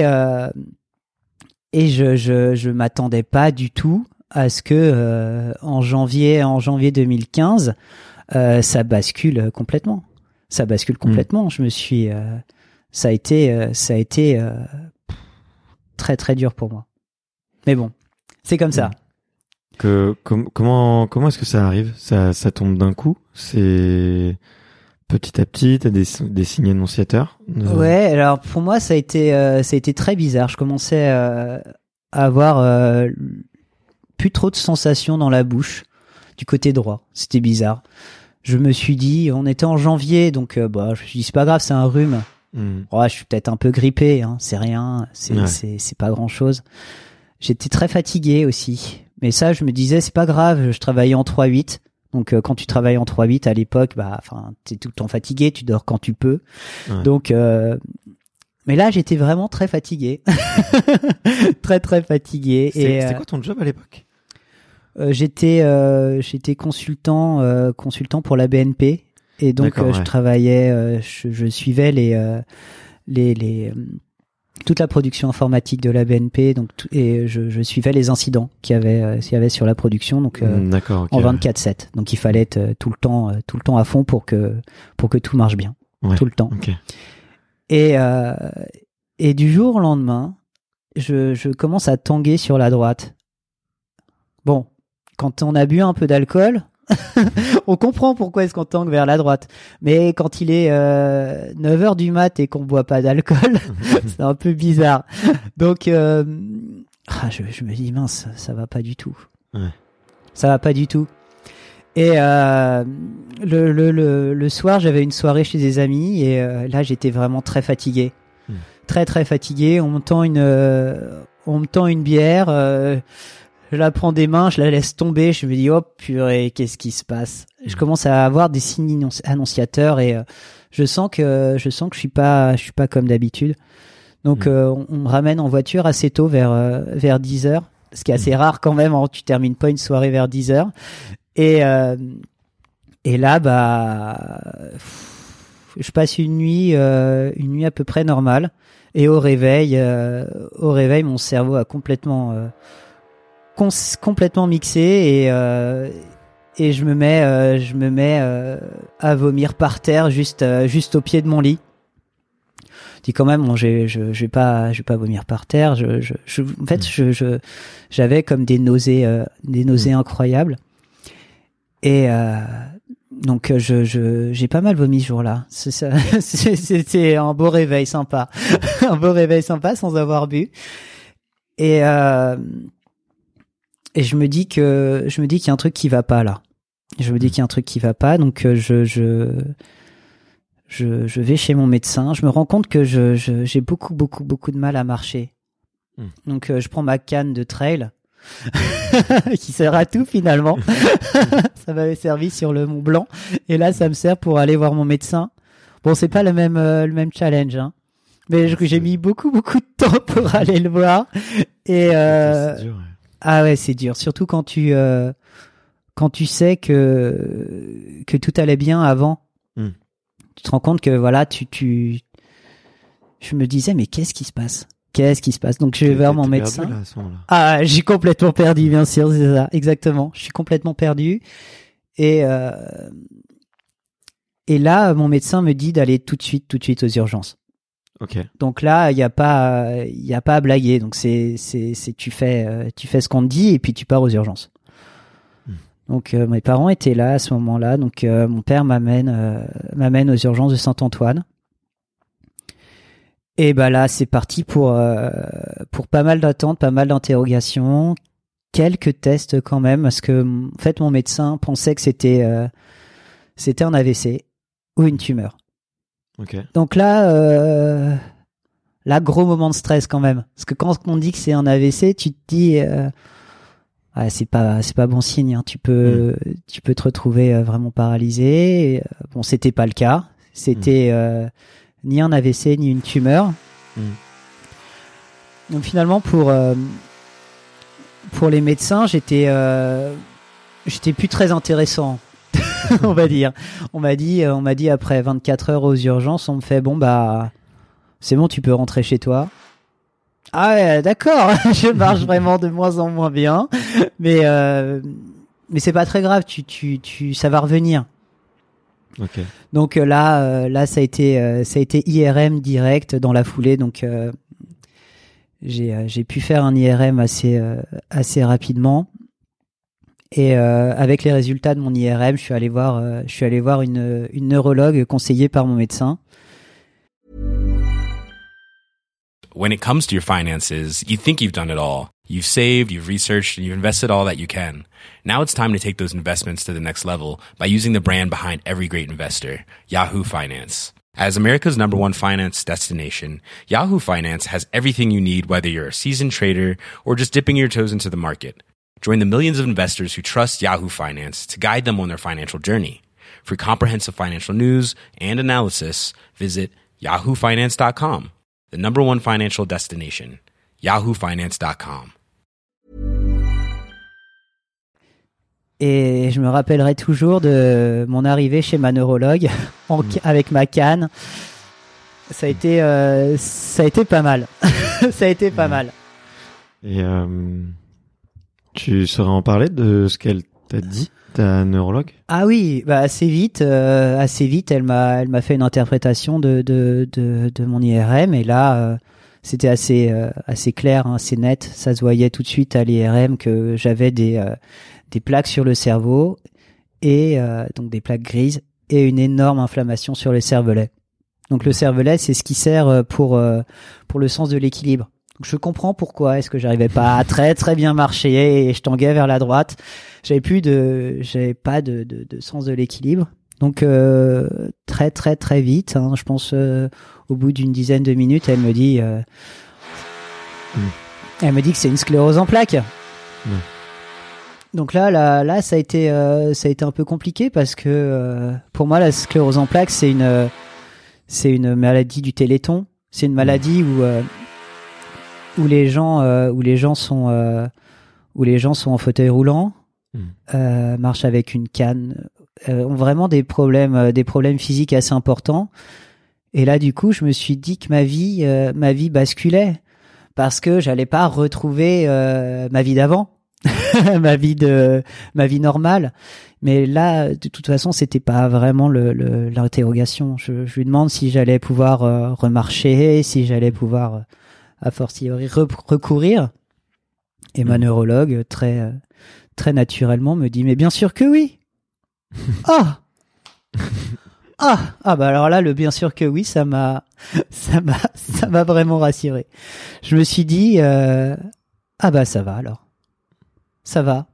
je m'attendais pas du tout à ce que en janvier 2015 ça bascule complètement. Je me suis ça a été très très dur pour moi. Mais bon, c'est comme ça. Comment est-ce que ça arrive? Ça tombe d'un coup? C'est petit à petit? T'as des signes annonciateurs? Ouais, alors pour moi ça a été très bizarre. Je commençais à avoir plus trop de sensations dans la bouche du côté droit. C'était bizarre. Je me suis dit, on était en janvier, donc je me suis dit c'est pas grave, c'est un rhume. Je suis peut-être un peu grippé, hein, c'est rien, c'est pas grand-chose. J'étais très fatigué aussi. Mais ça, je me disais, c'est pas grave, je travaillais en 3-8. Donc, quand tu travailles en 3-8 à l'époque, t'es tout le temps fatigué, tu dors quand tu peux. Ouais. Donc, mais là, j'étais vraiment très fatigué. Très, très fatigué. C'était quoi ton job à l'époque? J'étais consultant pour la BNP. Et donc, je travaillais, je suivais les toute la production informatique de la BNP, donc et je suivais les incidents qu'il y avait sur la production, donc en 24/7. Donc il fallait être tout le temps à fond pour que tout marche bien, tout le temps. Okay. Et du jour au lendemain, je commence à tanguer sur la droite. Bon, quand on a bu un peu d'alcool, on comprend pourquoi est-ce qu'on tangue vers la droite. Mais quand il est 9h du mat et qu'on boit pas d'alcool, c'est un peu bizarre. Donc je me dis mince, ça va pas du tout. Ouais. Ça va pas du tout. Et le soir, j'avais une soirée chez des amis, et là j'étais vraiment très fatigué. Très très fatigué. On me tend une bière, je la prends des mains, je la laisse tomber, je me dis oh purée, qu'est-ce qui se passe? Je commence à avoir des signes annonciateurs, et je sens que je suis pas comme d'habitude. Donc on me ramène en voiture assez tôt, vers 10h, ce qui est assez rare quand même, hein, tu termines pas une soirée vers 10h. Et là je passe une nuit à peu près normale, et au réveil mon cerveau a complètement mixé, et je me mets à vomir par terre juste au pied de mon lit. Je dis quand même, bon, je vais pas vomir par terre. En fait, j'avais comme des nausées incroyables, et donc j'ai pas mal vomi ce jour-là. C'était un beau réveil sympa, un beau réveil sympa sans avoir bu, et je me dis qu'il y a un truc qui va pas là. Donc je vais chez mon médecin. Je me rends compte que j'ai beaucoup de mal à marcher. Donc je prends ma canne de trail. qui sert à tout finalement. Ça m'avait servi sur le Mont Blanc et là ça me sert pour aller voir mon médecin. Bon, c'est pas le même challenge, hein. Mais j'ai mis beaucoup de temps pour aller le voir et C'est dur, ouais. ah ouais, c'est dur, surtout quand tu sais que tout allait bien avant. Tu te rends compte que voilà, je me disais mais qu'est-ce qui se passe? Donc je vais voir mon médecin. Perdu, là, à ce moment-là. Ah, j'ai complètement perdu, bien sûr, c'est ça, exactement. Je suis complètement perdu et là mon médecin me dit d'aller tout de suite aux urgences. Ok. Donc là, il y a pas à blaguer. Donc c'est tu fais ce qu'on te dit et puis tu pars aux urgences. Donc mes parents étaient là à ce moment-là. Donc mon père m'amène aux urgences de Saint-Antoine. Et bah là, c'est parti pour pas mal d'attentes, pas mal d'interrogations, quelques tests quand même parce que en fait mon médecin pensait que c'était un AVC ou une tumeur. Ok. Donc là, gros moment de stress quand même. Parce que quand on dit que c'est un AVC, tu te dis, c'est pas bon signe. Hein. Tu peux te retrouver vraiment paralysé. Et, bon, c'était pas le cas. C'était ni un AVC ni une tumeur. Donc finalement, pour les médecins, j'étais plus très intéressant. On va dire. On m'a dit après 24 heures aux urgences, on me fait bon bah c'est bon, tu peux rentrer chez toi. Ah ouais, d'accord. Je marche vraiment de moins en moins bien, mais c'est pas très grave. Ça va revenir. Ok. Donc là ça a été IRM direct dans la foulée. Donc j'ai pu faire un IRM assez rapidement. Et avec les résultats de mon IRM, je suis allé voir une neurologue conseillée par mon médecin. When it comes to your finances, you think you've done it all. You've saved, you've researched, and you've invested all that you can. Now it's time to take those investments to the next level by using the brand behind every great investor, Yahoo Finance. As America's #1 finance destination, Yahoo Finance has everything you need, whether you're a seasoned trader or just dipping your toes into the market. Join the millions of investors who trust Yahoo Finance to guide them on their financial journey. For comprehensive financial news and analysis, visit yahoofinance.com, the #1 financial destination, yahoofinance.com. Et je me rappellerai toujours de mon arrivée chez ma neurologue avec ma canne. Ça a été pas mal. Ça a été pas mal. Et tu saurais en parler de ce qu'elle t'a dit, ta neurologue? Ah oui, bah assez vite, elle m'a fait une interprétation de mon IRM et là c'était assez clair, hein, assez net, ça se voyait tout de suite à l'IRM que j'avais des plaques sur le cerveau et donc des plaques grises et une énorme inflammation sur le cervelet. Donc le cervelet, c'est ce qui sert pour le sens de l'équilibre. Donc je comprends pourquoi est-ce que j'arrivais pas à très très bien marcher et je tanguais vers la droite. J'avais pas de sens de l'équilibre. Donc très très très vite, hein, je pense au bout d'une dizaine de minutes, elle me dit que c'est une sclérose en plaques. Donc là ça a été un peu compliqué parce que pour moi la sclérose en plaques c'est une maladie du Téléthon. C'est une maladie où les gens sont en fauteuil roulant, marchent avec une canne, ont vraiment des problèmes physiques assez importants. Et là, du coup, je me suis dit que ma vie basculait parce que j'allais pas retrouver ma vie d'avant, ma vie normale. Mais là, de toute façon, c'était pas vraiment l'interrogation. Je lui demande si j'allais pouvoir remarcher, si j'allais pouvoir a fortiori recourir. Et ma neurologue, très très naturellement, me dit mais bien sûr que oui. Bah alors là, le bien sûr que oui, ça m'a vraiment rassuré. Je me suis dit bah ça va alors, ça va,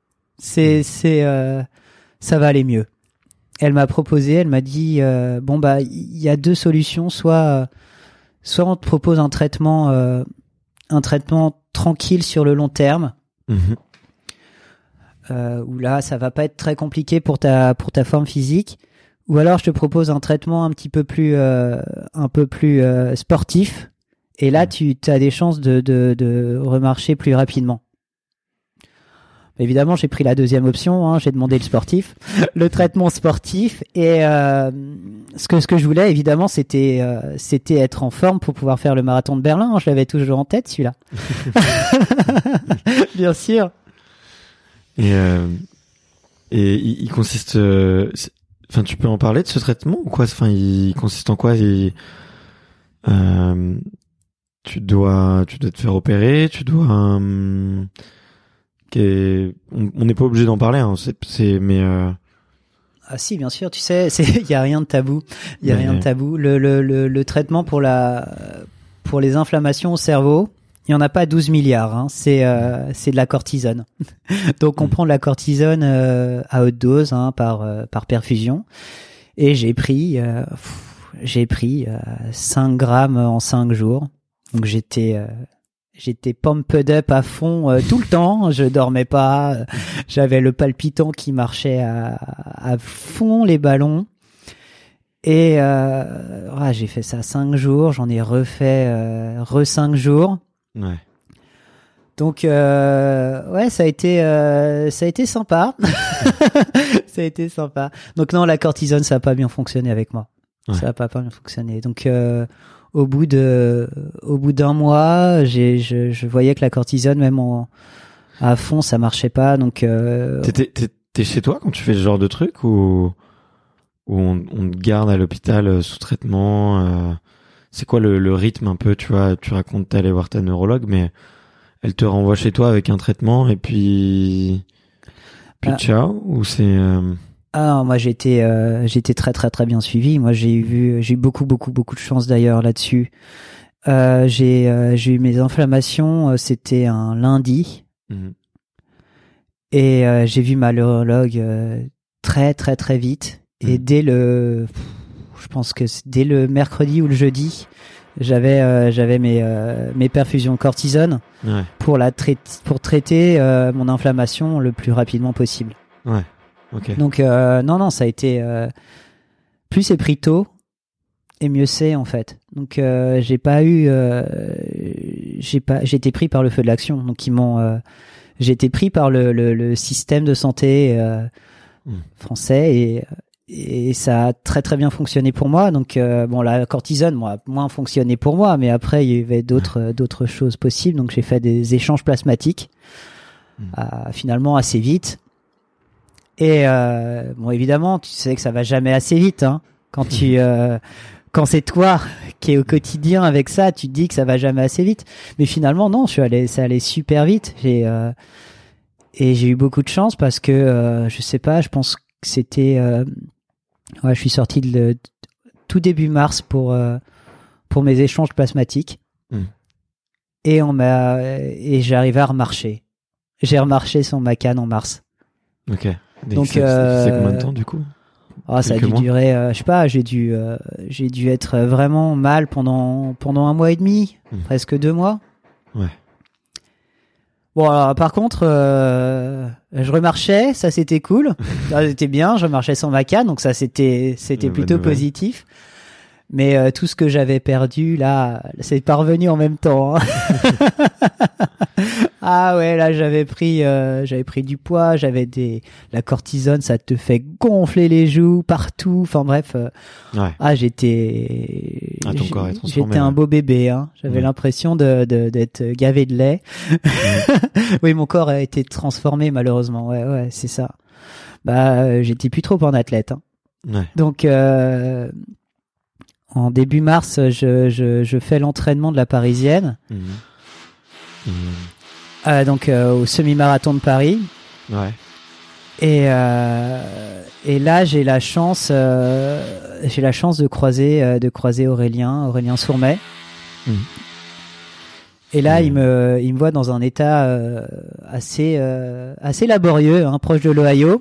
ça va aller mieux. Elle m'a proposé, elle m'a dit bon bah il y a deux solutions, soit on te propose un traitement tranquille sur le long terme Où là, ça va pas être très compliqué pour ta forme physique. Ou alors, je te propose un traitement un peu plus sportif. Et là, tu as des chances de remarcher plus rapidement. Évidemment, j'ai pris la deuxième option. Hein, j'ai demandé le sportif, le traitement sportif. Et ce que je voulais, évidemment, c'était être en forme pour pouvoir faire le marathon de Berlin. Hein, je l'avais toujours en tête, celui-là. Bien sûr. Et il consiste. Enfin, tu peux en parler de ce traitement ou quoi? Enfin, il consiste en quoi? Tu dois te faire opérer. On n'est pas obligé d'en parler. Hein, mais. Ah si, bien sûr. Tu sais, il y a rien de tabou. Il y a rien de tabou. Le traitement pour les inflammations au cerveau. Il y en a pas 12 milliards, hein. C'est de la cortisone. Donc on prend de la cortisone à haute dose, hein, par perfusion. Et j'ai pris 5 grammes en 5 jours. Donc j'étais pumped up à fond tout le temps. Je dormais pas. J'avais le palpitant qui marchait à fond les ballons. Et j'ai fait ça 5 jours. J'en ai refait 5 jours. Ouais. Donc ça a été sympa. Ça a été sympa. Donc non, la cortisone, ça a pas bien fonctionné avec moi. Ouais. Ça a pas bien fonctionné. Donc au bout d'un mois, je voyais que la cortisone, même à fond, ça marchait pas. Donc t'es chez toi quand tu fais ce genre de truc ou on te garde à l'hôpital sous traitement? C'est quoi le rythme un peu, tu vois? Tu racontes t'es allé voir ta neurologue, mais elle te renvoie chez toi avec un traitement et puis ciao, ou c'est Ah non, moi j'ai été très très très bien suivi. Moi j'ai eu beaucoup de chance d'ailleurs là-dessus. J'ai eu mes inflammations, c'était un lundi. Et j'ai vu ma neurologue très très très vite. Et dès le mercredi ou le jeudi, j'avais mes perfusions cortisone pour traiter mon inflammation le plus rapidement possible. Ouais. Ok. Donc non, ça a été plus c'est pris tôt et mieux c'est en fait. Donc j'ai été pris par le feu de l'action. Donc j'ai été pris par le système de santé français et ça a très très bien fonctionné pour moi. Donc la cortisone a moins fonctionné pour moi, mais après il y avait d'autres choses possibles. Donc j'ai fait des échanges plasmatiques finalement assez vite. Et évidemment, tu sais que ça va jamais assez vite, hein. Quand c'est toi qui es au quotidien avec ça, tu te dis que ça va jamais assez vite. Mais finalement, non, ça allait super vite. Et j'ai eu beaucoup de chance parce que je sais pas, je pense que c'était je suis sorti tout début mars pour mes échanges plasmatiques. Et j'arrivais à remarcher. J'ai remarché sur ma canne en mars. Ok. Donc c'est combien de temps du coup? Ça a dû durer, je sais pas, j'ai dû être vraiment mal pendant un mois et demi, presque 2 mois. Ouais. Bon, alors, par contre, je remarchais, ça c'était cool, ça c'était bien, je marchais sans ma canne, donc ça c'était plutôt positif. Mais tout ce que j'avais perdu là, c'est pas revenu en même temps. Hein. Ah ouais, là j'avais pris du poids, la cortisone, ça te fait gonfler les joues partout. Enfin bref. Ouais. Ton corps est transformé. J'étais un beau bébé. Hein. J'avais l'impression d'être gavé de lait. Oui, mon corps a été transformé malheureusement. Ouais, c'est ça. J'étais plus trop un athlète. Hein. Ouais. Donc en début mars, je fais l'entraînement de la Parisienne. Donc au semi-marathon de Paris. Ouais. Et là j'ai la chance de croiser Aurélien Sourmet. Et là il me voit dans un état assez laborieux, hein, proche de l'Ohio.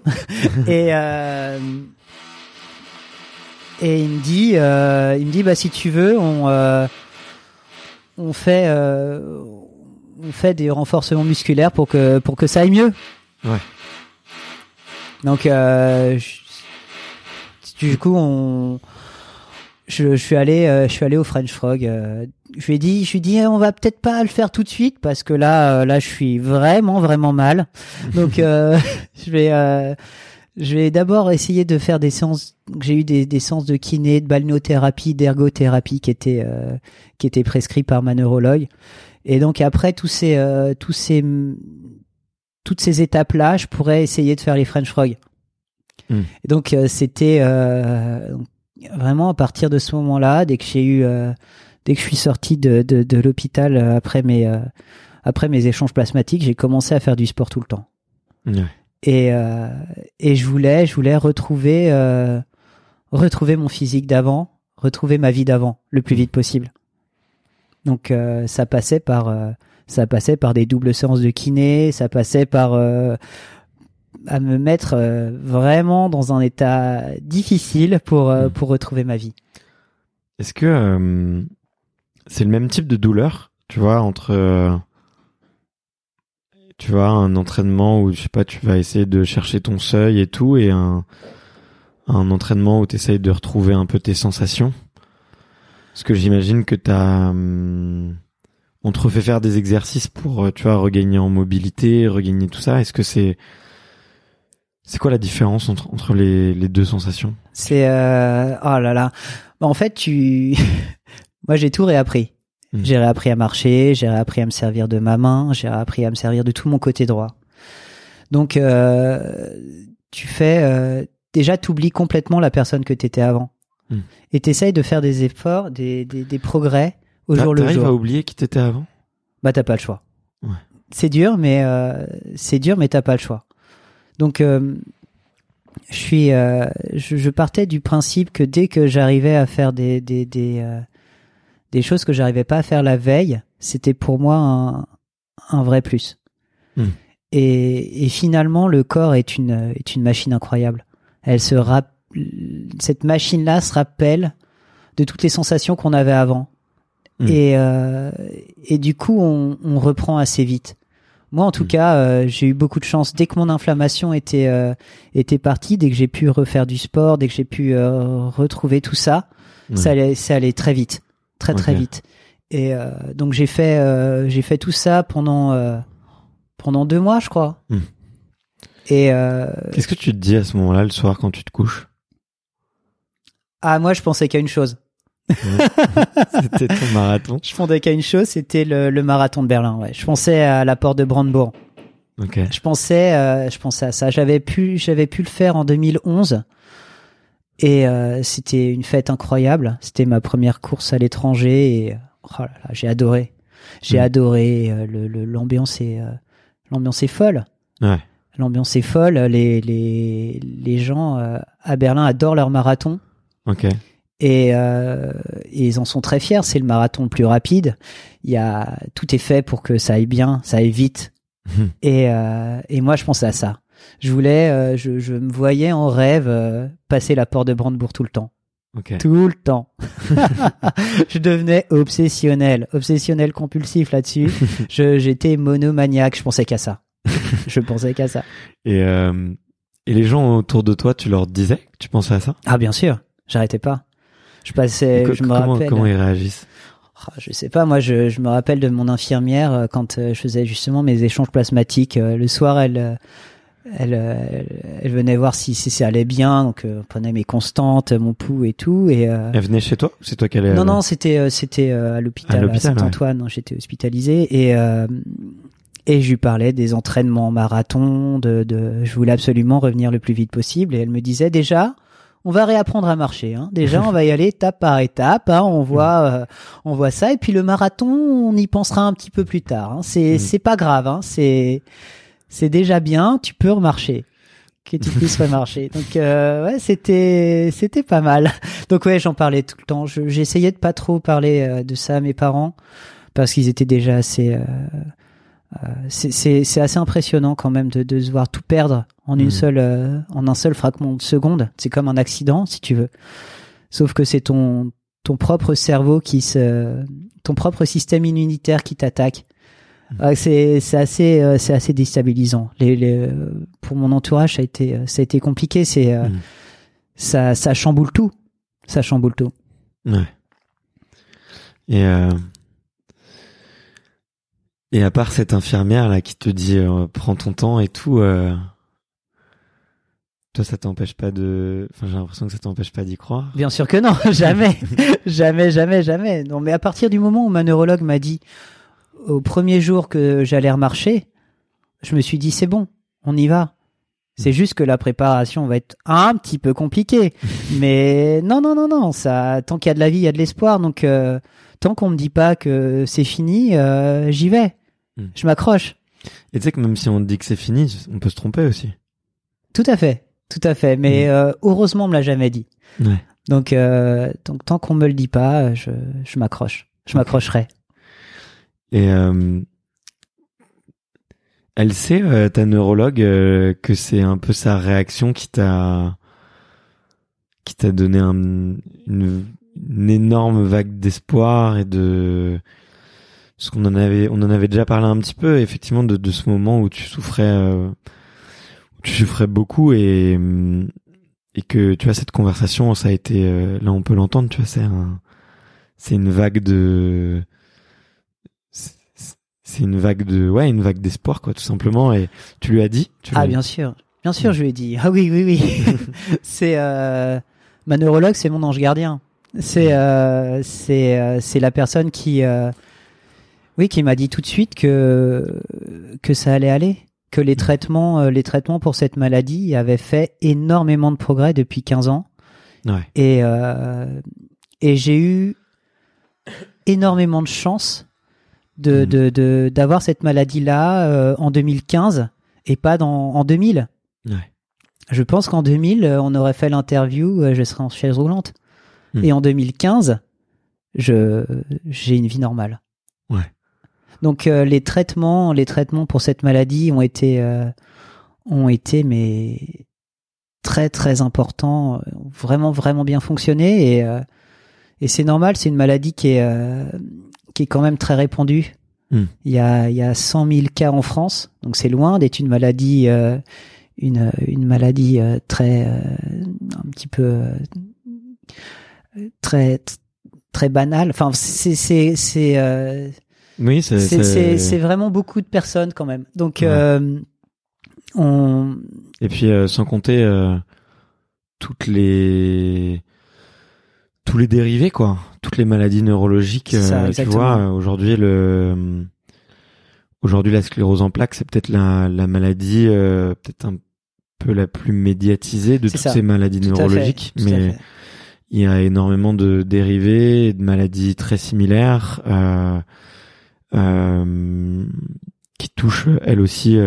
Et il me dit si tu veux on fait on fait des renforcements musculaires pour que ça aille mieux. Ouais. Donc du coup je suis allé au French Frog. Je lui ai dit on va peut-être pas le faire tout de suite parce que là je suis vraiment mal. Donc je vais d'abord essayer de faire des séances. J'ai eu des séances de kiné, de balnéothérapie, d'ergothérapie qui étaient prescrits par ma neurologue. Et donc après toutes ces étapes-là, je pourrais essayer de faire les French Frog. Et donc c'était vraiment à partir de ce moment-là, dès que je suis sorti de l'hôpital après mes échanges plasmatiques, j'ai commencé à faire du sport tout le temps. Ouais. Et je voulais retrouver mon physique d'avant, retrouver ma vie d'avant le plus vite possible. Donc ça passait par des doubles séances de kiné, ça passait par à me mettre vraiment dans un état difficile pour retrouver ma vie. Est-ce que c'est le même type de douleur, tu vois, entre tu vois, un entraînement où, je sais pas, tu vas essayer de chercher ton seuil et tout, et un entraînement où tu essayes de retrouver un peu tes sensations? Parce que j'imagine que on te refait faire des exercices pour, tu vois, regagner en mobilité, regagner tout ça. Est-ce que c'est quoi la différence entre les deux sensations? C'est oh là là. En fait, moi j'ai tout réappris. J'ai réappris à marcher, j'ai réappris à me servir de ma main, j'ai réappris à me servir de tout mon côté droit. Donc tu fais déjà t'oublies complètement la personne que t'étais avant. Et t'essayes de faire des efforts, des progrès au jour le jour. T'arrives à oublier qui t'étais avant? Bah t'as pas le choix. Ouais. C'est dur mais t'as pas le choix. Donc je partais du principe que dès que j'arrivais à faire des choses que j'arrivais pas à faire la veille, c'était pour moi un vrai plus. Et finalement, le corps est une machine incroyable. Cette machine-là se rappelle de toutes les sensations qu'on avait avant. Et du coup, on reprend assez vite. Moi, en tout cas, j'ai eu beaucoup de chance. Dès que mon inflammation était partie, dès que j'ai pu refaire du sport, dès que j'ai pu retrouver tout ça, ça allait très vite. Très vite. Et donc j'ai fait tout ça pendant 2 mois, je crois. Et qu'est-ce que tu te dis à ce moment-là le soir quand tu te couches? Ah, moi je pensais qu'à une chose. C'était ton marathon. Je pensais qu'à une chose, c'était le marathon de Berlin. Ouais. Je pensais à la porte de Brandebourg. Okay. Je pensais à ça. J'avais pu le faire en 2011. Et c'était une fête incroyable. C'était ma première course à l'étranger et oh là là, j'ai adoré. J'ai adoré. L'ambiance est folle. Ouais. L'ambiance est folle. Les gens à Berlin adorent leur marathon. Ok. Et ils en sont très fiers. C'est le marathon le plus rapide. Tout est fait pour que ça aille bien, ça aille vite. Et moi, je pensais à ça. Je me voyais en rêve passer la porte de Brandebourg tout le temps. Okay. Tout le temps. Je devenais obsessionnel compulsif là-dessus. J'étais monomaniaque. Je pensais qu'à ça. Et les gens autour de toi, tu leur disais que tu pensais à ça? Ah, bien sûr. J'arrêtais pas. Comment ils réagissent? Je sais pas, moi je me rappelle de mon infirmière quand je faisais justement mes échanges plasmatiques. Le soir, elle venait voir si ça allait bien, donc on prenait mes constantes, mon pouls et tout. Et elle venait chez toi? C'est toi qui allais? Non, c'était à l'hôpital à Saint-Antoine. Ouais. J'étais hospitalisé et je lui parlais des entraînements marathon, je voulais absolument revenir le plus vite possible. Et elle me disait déjà, on va réapprendre à marcher. Hein. Déjà, on va y aller étape par étape. Hein. On voit ça. Et puis le marathon, on y pensera un petit peu plus tard. Hein. C'est pas grave. Hein. C'est déjà bien. Tu peux remarcher. Que tu puisses remarcher. Donc ouais, c'était pas mal. Donc ouais, j'en parlais tout le temps. J'essayais de pas trop parler de ça à mes parents parce qu'ils étaient déjà assez. C'est assez impressionnant quand même de se voir tout perdre en en un seul fragment de seconde. C'est comme un accident, si tu veux. Sauf que c'est ton propre cerveau ton propre système immunitaire qui t'attaque C'est assez déstabilisant. Pour mon entourage, ça a été compliqué. Ça chamboule tout. Ça chamboule tout. Ouais. Et à part cette infirmière là qui te dit prends ton temps et tout, toi ça t'empêche pas de, enfin j'ai l'impression que ça t'empêche pas d'y croire. Bien sûr que non, jamais, jamais. Non, mais à partir du moment où ma neurologue m'a dit au premier jour que j'allais remarcher, je me suis dit c'est bon, on y va. C'est juste que la préparation va être un petit peu compliquée, mais non, ça, tant qu'il y a de la vie, il y a de l'espoir, donc tant qu'on me dit pas que c'est fini, j'y vais, je m'accroche. Et tu sais que même si on te dit que c'est fini, on peut se tromper aussi. Tout à fait, mais heureusement on me l'a jamais dit. Ouais. Donc tant qu'on me le dit pas, je m'accroche, je m'accrocherai. Et elle sait, ta neurologue, que c'est un peu sa réaction qui t'a donné une énorme vague d'espoir et de, parce qu'on on en avait déjà parlé un petit peu, effectivement, de ce moment où tu souffrais beaucoup et que, tu vois, cette conversation, ça a été, là, on peut l'entendre, tu vois, c'est une vague de, c'est une vague d'espoir, quoi, tout simplement. Et tu lui as dit? Bien sûr, je lui ai dit. Ah oui. C'est ma neurologue, c'est mon ange gardien. C'est la personne qui m'a dit tout de suite que ça allait aller, que les traitements pour cette maladie avaient fait énormément de progrès depuis 15 ans. Ouais. Et j'ai eu énormément de chance d'avoir cette maladie-là en 2015 et pas en 2000. Ouais. Je pense qu'en 2000, on aurait fait l'interview, je serais en chaise roulante. Et en 2015, j'ai une vie normale. Ouais. Donc les traitements pour cette maladie ont été mais très très importants, vraiment vraiment bien fonctionné et c'est normal, c'est une maladie qui est quand même très répandue. Il y a 100 000 cas en France, donc c'est loin d'être une maladie une maladie très un petit peu très très banale. Enfin oui, c'est vraiment beaucoup de personnes quand même. Donc et puis sans compter tous les dérivés, quoi, toutes les maladies neurologiques. Tu vois, aujourd'hui la sclérose en plaques, c'est peut-être la maladie peut-être un peu la plus médiatisée de toutes ces maladies neurologiques, mais il y a énormément de dérivés, de maladies très similaires qui touchent elles aussi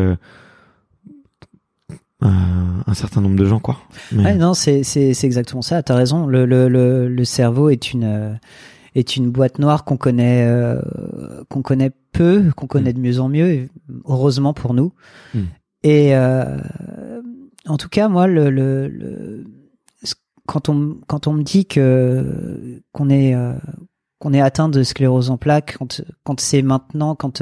un certain nombre de gens, quoi. Mais... Ouais, non, c'est exactement ça. T'as raison. Le cerveau est une boîte noire qu'on connaît peu, qu'on connaît de mieux en mieux, heureusement pour nous. Et en tout cas, moi, quand on me dit qu'on est atteint de sclérose en plaques, quand c'est maintenant, quand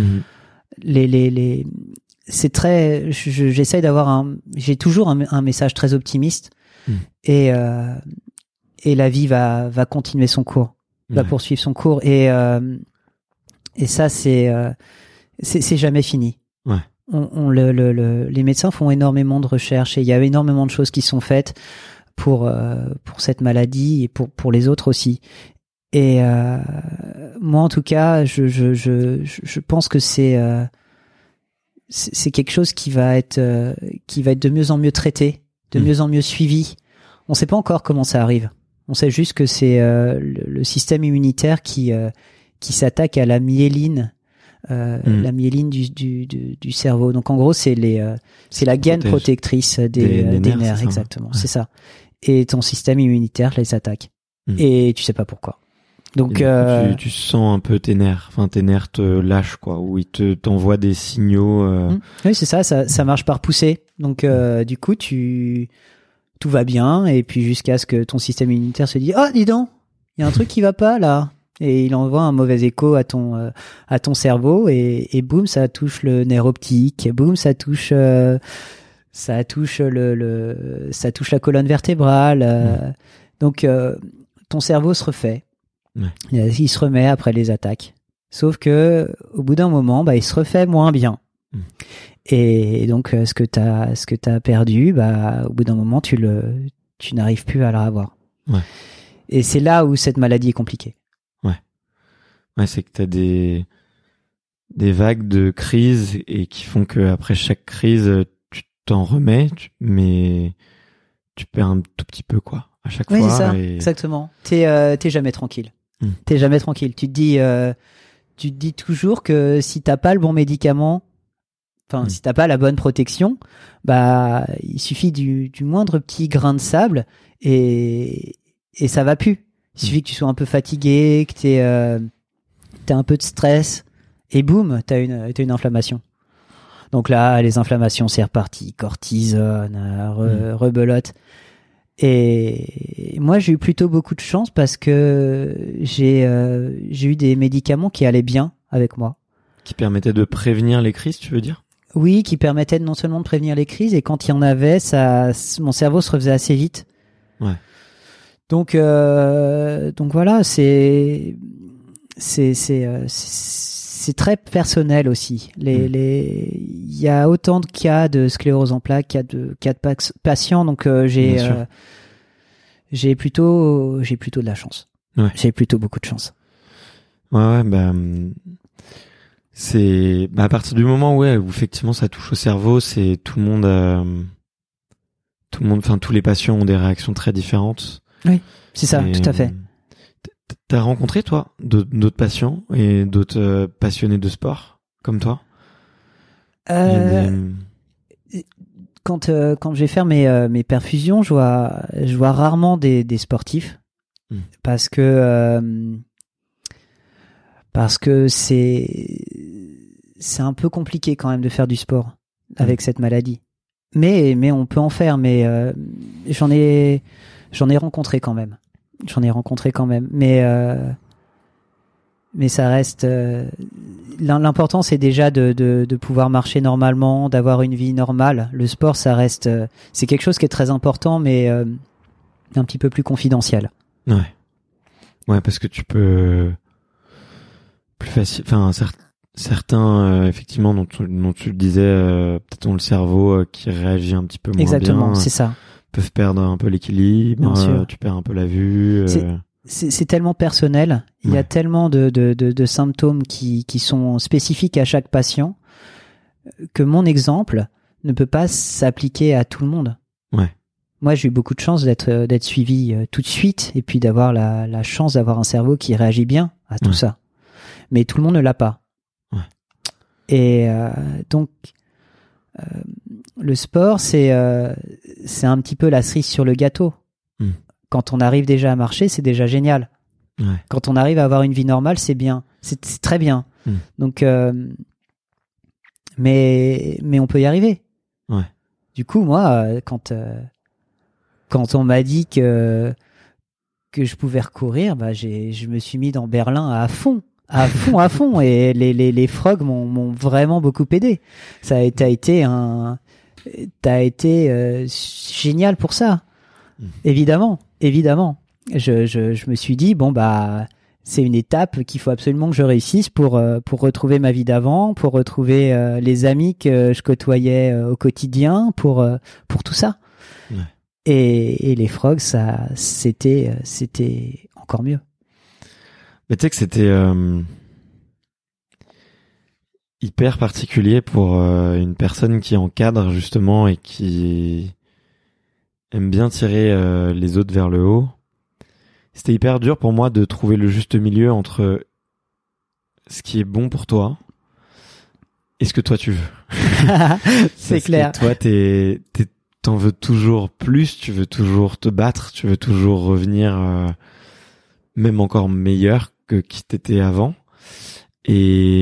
c'est très, j'essaye d'avoir j'ai toujours un message très optimiste et la vie va continuer son cours, va poursuivre son cours et ça c'est jamais fini. Ouais. Les médecins font énormément de recherches et il y a énormément de choses qui sont faites pour cette maladie et pour les autres aussi. Et moi en tout cas, je pense que c'est quelque chose qui va être de mieux en mieux traité, de mieux en mieux suivi. On sait pas encore comment ça arrive. On sait juste que c'est le système immunitaire qui s'attaque à la myéline, la myéline du cerveau. Donc en gros, c'est la gaine protectrice des nerfs, exactement. Ouais. C'est ça. Et ton système immunitaire les attaque. Et tu sais pas pourquoi. Donc tu sens un peu tes nerfs te lâchent, quoi, ou ils t'envoient des signaux. Oui, c'est ça marche par poussée. Donc du coup tout va bien et puis jusqu'à ce que ton système immunitaire se dise dis donc, il y a un truc qui va pas là. et il envoie un mauvais écho à ton cerveau et boum, ça touche le nerf optique, boum, ça touche la colonne vertébrale. Donc ton cerveau se refait. Ouais. Il se remet après les attaques. Sauf que au bout d'un moment, il se refait moins bien. Et donc ce que t'as perdu, au bout d'un moment tu n'arrives plus à le revoir. Ouais. Et c'est là où cette maladie est compliquée. Ouais, c'est que t'as des vagues de crise et qui font que après chaque crise, tu t'en remets, mais tu perds un tout petit peu, quoi, à chaque fois. Oui, c'est ça, exactement. T'es jamais tranquille. T'es jamais tranquille. Tu te dis toujours que si t'as pas le bon médicament, si t'as pas la bonne protection, il suffit du moindre petit grain de sable et ça va plus. Il suffit que tu sois un peu fatigué, que t'as un peu de stress et boum, t'as une inflammation. Donc là, les inflammations, c'est reparti, cortisone, rebelote. Et moi, j'ai eu plutôt beaucoup de chance parce que j'ai eu des médicaments qui allaient bien avec moi. Qui permettaient de prévenir les crises, tu veux dire ? Oui, qui permettaient non seulement de prévenir les crises, et quand il y en avait, mon cerveau se refaisait assez vite. Ouais. Donc voilà, c'est très personnel aussi. Il y a autant de cas de sclérose en plaques qu'il y a de patients, donc j'ai plutôt de la chance. Ouais. J'ai plutôt beaucoup de chance. Ouais, c'est à partir du moment où effectivement ça touche au cerveau, c'est tout le monde, tous les patients ont des réactions très différentes. Oui, c'est ça, tout à fait. T'as rencontré, toi, d'autres patients et d'autres passionnés de sport comme toi? Quand je vais faire mes perfusions, je vois rarement des sportifs parce que c'est un peu compliqué quand même de faire du sport avec cette maladie. Mais on peut en faire. Mais j'en ai rencontré quand même. Mais ça reste. L'important, c'est déjà de pouvoir marcher normalement, d'avoir une vie normale. Le sport, ça reste. C'est quelque chose qui est très important, mais un petit peu plus confidentiel. Ouais, parce que tu peux plus facile. Enfin, certains, effectivement, dont tu le disais, peut-être ont le cerveau qui réagit un petit peu moins Exactement, bien. c'est ça. Peuvent perdre un peu l'équilibre, tu perds un peu la vue. C'est tellement personnel, il y a tellement de symptômes qui sont spécifiques à chaque patient que mon exemple ne peut pas s'appliquer à tout le monde. Ouais. Moi, j'ai eu beaucoup de chance d'être suivi tout de suite et puis d'avoir la chance d'avoir un cerveau qui réagit bien à tout ça. Mais tout le monde ne l'a pas. Ouais. Et donc le sport, c'est un petit peu la cerise sur le gâteau. Quand on arrive déjà à marcher, c'est déjà génial. Ouais. Quand on arrive à avoir une vie normale, c'est bien. C'est très bien. Donc, mais on peut y arriver. Ouais. Du coup, moi, quand on m'a dit que je pouvais recourir, je me suis mis dans Berlin à fond. Et les frogs m'ont vraiment beaucoup aidé. T'as été génial pour ça. Évidemment. Je me suis dit c'est une étape qu'il faut absolument que je réussisse pour retrouver ma vie d'avant, pour retrouver les amis que je côtoyais au quotidien, pour tout ça. Ouais. Et les frogs, ça c'était encore mieux. Mais tu sais que c'était hyper particulier pour une personne qui encadre justement et qui aime bien tirer les autres vers le haut. C'était hyper dur pour moi de trouver le juste milieu entre ce qui est bon pour toi et ce que toi tu veux. C'est clair. Toi, t'en veux toujours plus, tu veux toujours te battre, tu veux toujours revenir même encore meilleur que qui t'étais avant. Et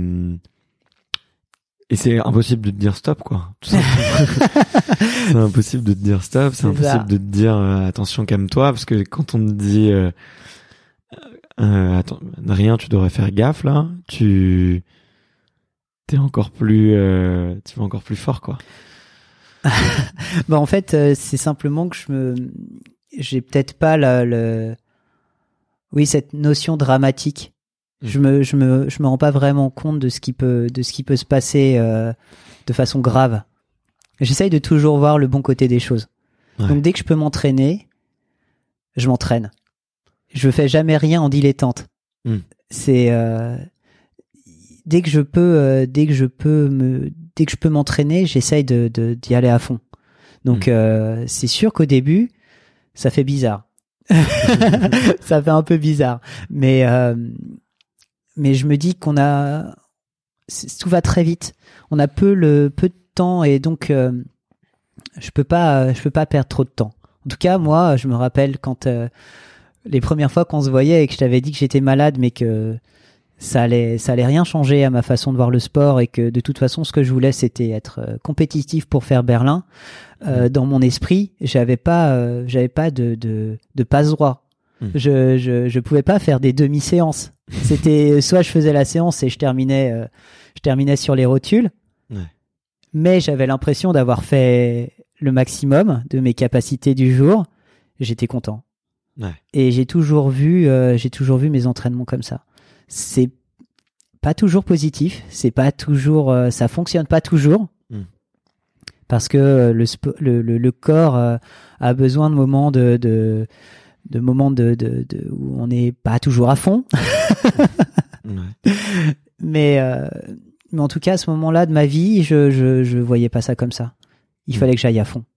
c'est impossible de te dire stop, quoi. Tout simplement. C'est impossible de te dire stop, c'est impossible de te dire attention, calme-toi, parce que quand on te dit Attends, Adrien, tu devrais faire gaffe là. Tu vas encore plus fort, quoi. Bah en fait, c'est simplement que j'ai peut-être pas cette notion dramatique. Je me rends pas vraiment compte de ce qui peut se passer de façon grave. J'essaye de toujours voir le bon côté des choses. Ouais. Donc dès que je peux m'entraîner, je m'entraîne. Je fais jamais rien en dilettante. C'est dès que je peux m'entraîner, j'essaye d'y aller à fond. Donc c'est sûr qu'au début, ça fait bizarre. Ça fait un peu bizarre, mais je me dis tout va très vite. On a peu de temps et donc je peux pas perdre trop de temps. En tout cas, moi, je me rappelle quand les premières fois qu'on se voyait et que je t'avais dit que j'étais malade, mais que ça allait rien changer à ma façon de voir le sport et que de toute façon, ce que je voulais, c'était être compétitif pour faire Berlin. Dans mon esprit, j'avais pas de passe-droit. Je pouvais pas faire des demi-séances. C'était soit je faisais la séance et je terminais sur les rotules, mais j'avais l'impression d'avoir fait le maximum de mes capacités du jour. J'étais content. Et j'ai toujours vu mes entraînements comme ça. C'est pas toujours positif, c'est pas toujours, ça fonctionne pas toujours, parce que le corps a besoin de moments de moments où on n'est pas toujours à fond. Mais en tout cas, à ce moment-là de ma vie, je voyais pas ça comme ça. Il fallait que j'aille à fond.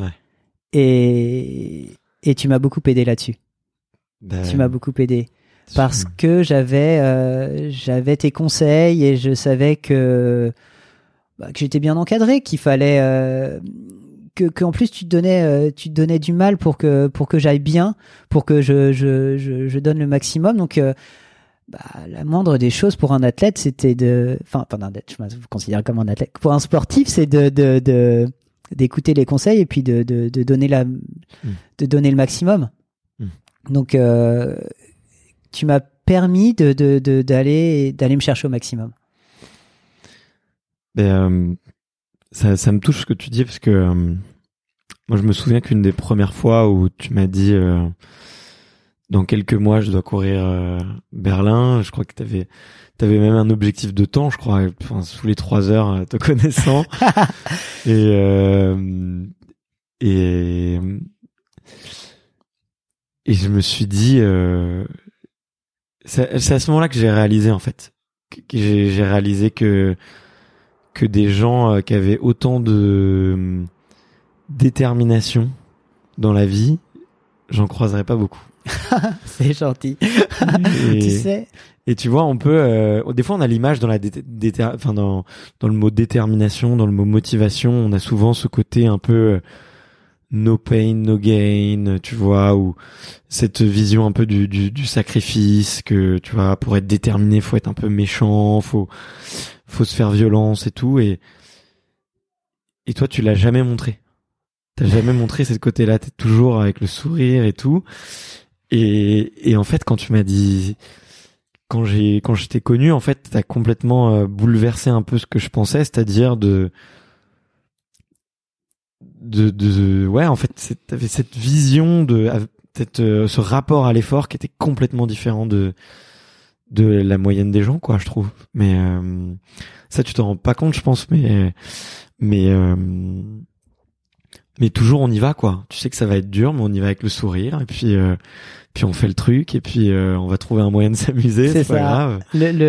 Et tu m'as beaucoup aidé là-dessus. Tu m'as beaucoup aidé. Parce que j'avais tes conseils et je savais que j'étais bien encadré, qu'il fallait que en plus tu te donnais du mal pour que j'aille bien, pour que je donne le maximum. Donc la moindre des choses pour un athlète, c'était je me considère comme un athlète. Pour un sportif, c'est d'écouter les conseils et puis de donner le maximum. Donc tu m'as permis d'aller me chercher au maximum. Ça me touche ce que tu dis, parce que moi je me souviens qu'une des premières fois où tu m'as dit dans quelques mois je dois courir Berlin, je crois que t'avais même un objectif de temps, je crois, sous les 3 heures te connaissant. Et je me suis dit c'est à ce moment-là que j'ai réalisé, en fait, j'ai réalisé que des gens qui avaient autant de détermination dans la vie, j'en croiserais pas beaucoup. C'est gentil. Tu sais. Et tu vois, on peut des fois on a l'image dans dans le mot détermination, dans le mot motivation, on a souvent ce côté un peu no pain, no gain, tu vois, ou cette vision un peu du sacrifice, que tu vois, pour être déterminé, faut être un peu méchant, faut se faire violence et tout, et toi tu l'as jamais montré. T'as jamais montré ce côté-là, t'es toujours avec le sourire et tout. Et en fait, quand tu m'as dit, quand je t'ai connu, en fait, t'as complètement bouleversé un peu ce que je pensais, c'est-à-dire ouais, en fait, t'avais cette vision peut-être ce rapport à l'effort qui était complètement différent de la moyenne des gens, quoi, je trouve. Mais ça, tu t'en rends pas compte, je pense, mais toujours on y va, quoi. Tu sais que ça va être dur, mais on y va avec le sourire, et puis on fait le truc, et puis on va trouver un moyen de s'amuser. C'est pas grave.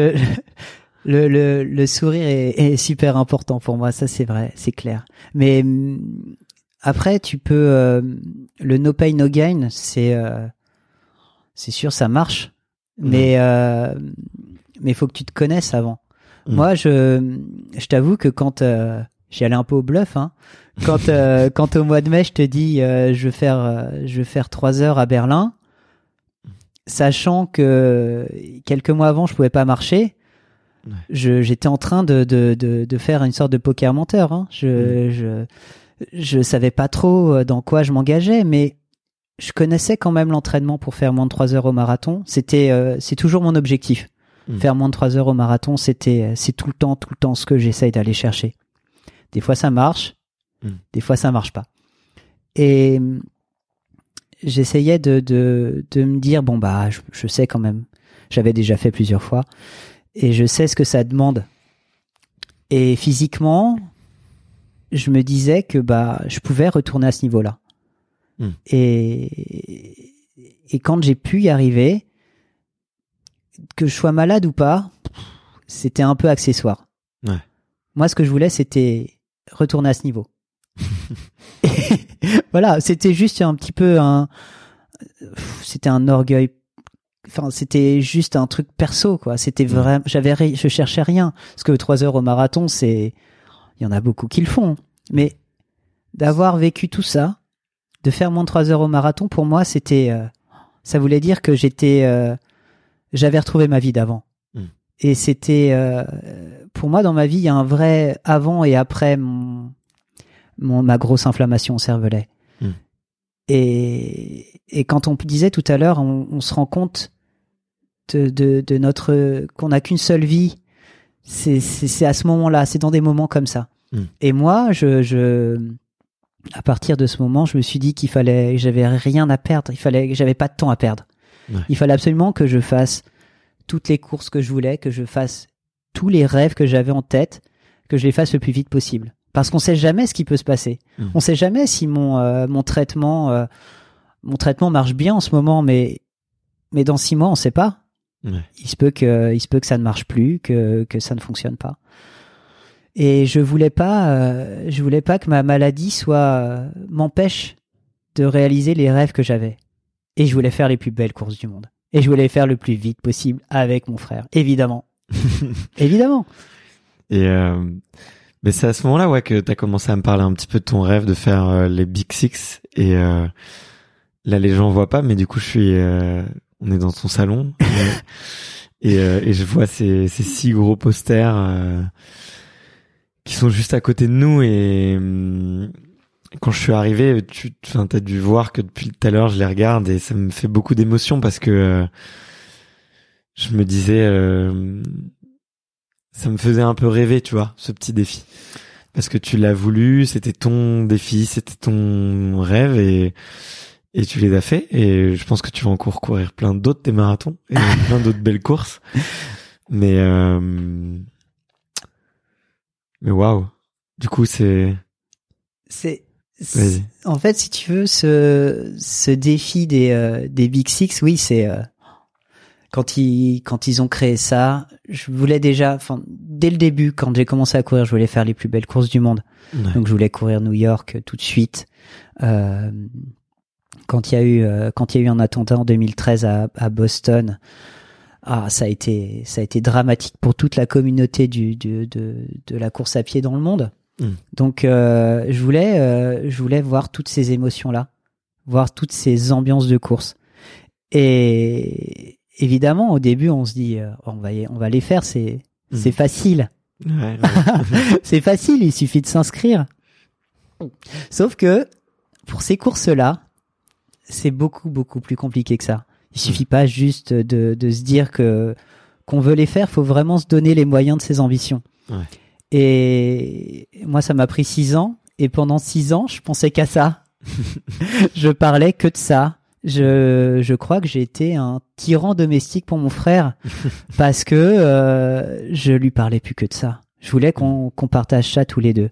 Le sourire est super important pour moi, ça c'est vrai, c'est clair. Mais après, tu peux le no pain no gain, c'est sûr, ça marche, mais faut que tu te connaisses avant. Moi, je t'avoue que quand j'y allais un peu au bluff, hein. Quand au mois de mai, je te dis, je vais faire 3 heures à Berlin, sachant que quelques mois avant, je pouvais pas marcher. J'étais en train de faire une sorte de poker menteur, hein. Je savais pas trop dans quoi je m'engageais, mais je connaissais quand même l'entraînement pour faire moins de 3 heures au marathon. C'est toujours mon objectif. Faire moins de 3 heures au marathon, c'est tout le temps ce que j'essaye d'aller chercher. Des fois ça marche, des fois ça marche pas. Et j'essayais de me dire bon bah je sais quand même. J'avais déjà fait plusieurs fois et je sais ce que ça demande. Et physiquement, je me disais que bah je pouvais retourner à ce niveau-là. Et quand j'ai pu y arriver, que je sois malade ou pas, c'était un peu accessoire. Ouais. Moi, ce que je voulais, c'était retourner à ce niveau. Voilà, c'était juste un petit peu c'était un orgueil. Enfin, c'était juste un truc perso, quoi. C'était vraiment, je cherchais rien. Parce que 3 heures au marathon, il y en a beaucoup qui le font. Mais d'avoir vécu tout ça, de faire moins de 3 heures au marathon, pour moi, ça voulait dire que j'avais retrouvé ma vie d'avant. Et c'était, pour moi, dans ma vie, il y a un vrai avant et après ma grosse inflammation au cervelet. Et quand on disait tout à l'heure, on se rend compte de notre, qu'on n'a qu'une seule vie. C'est à ce moment-là, c'est dans des moments comme ça. Et moi, à partir de ce moment, je me suis dit j'avais rien à perdre. J'avais pas de temps à perdre. Ouais. Il fallait absolument que je fasse toutes les courses que je voulais, que je fasse tous les rêves que j'avais en tête, que je les fasse le plus vite possible. Parce qu'on sait jamais ce qui peut se passer. On sait jamais si mon traitement marche bien en ce moment, mais dans 6 mois, on sait pas. Ouais. Il se peut que ça ne marche plus, que ça ne fonctionne pas. Et je voulais pas que ma maladie m'empêche de réaliser les rêves que j'avais. Et je voulais faire les plus belles courses du monde. Et je voulais les faire le plus vite possible avec mon frère, évidemment. Évidemment. Et mais c'est à ce moment-là, ouais, que t'as commencé à me parler un petit peu de ton rêve de faire les Big Six. Et là, les gens voient pas, mais du coup, on est dans ton salon et je vois ces 6 gros posters qui sont juste à côté de nous. Et quand je suis arrivé, t'as dû voir que depuis tout à l'heure, je les regarde et ça me fait beaucoup d'émotion parce que je me disais, ça me faisait un peu rêver, tu vois, ce petit défi. Parce que tu l'as voulu, c'était ton défi, c'était ton rêve et tu les as fait. Et je pense que tu vas encore courir plein d'autres des marathons et plein d'autres belles courses. Mais waouh. Du coup, en fait, si tu veux, ce défi des Big Six, oui, c'est quand ils ont créé ça, je voulais déjà, enfin, dès le début, quand j'ai commencé à courir, je voulais faire les plus belles courses du monde. Ouais. Donc, je voulais courir New York tout de suite. Quand il y a eu un attentat en 2013 à Boston, ça a été dramatique pour toute la communauté de la course à pied dans le monde. Donc, je voulais voir toutes ces émotions-là, voir toutes ces ambiances de course. Et évidemment, au début, on se dit, on va les faire, c'est facile. Ouais. C'est facile, il suffit de s'inscrire. Sauf que, pour ces courses-là, c'est beaucoup, beaucoup plus compliqué que ça. Il suffit pas juste de se dire qu'on veut les faire, faut vraiment se donner les moyens de ses ambitions. Ouais. Et moi, ça m'a pris 6 ans, et pendant 6 ans, je pensais qu'à ça. Je parlais que de ça. Je crois que j'ai été un tyran domestique pour mon frère parce que je lui parlais plus que de ça. Je voulais qu'on partage ça tous les deux.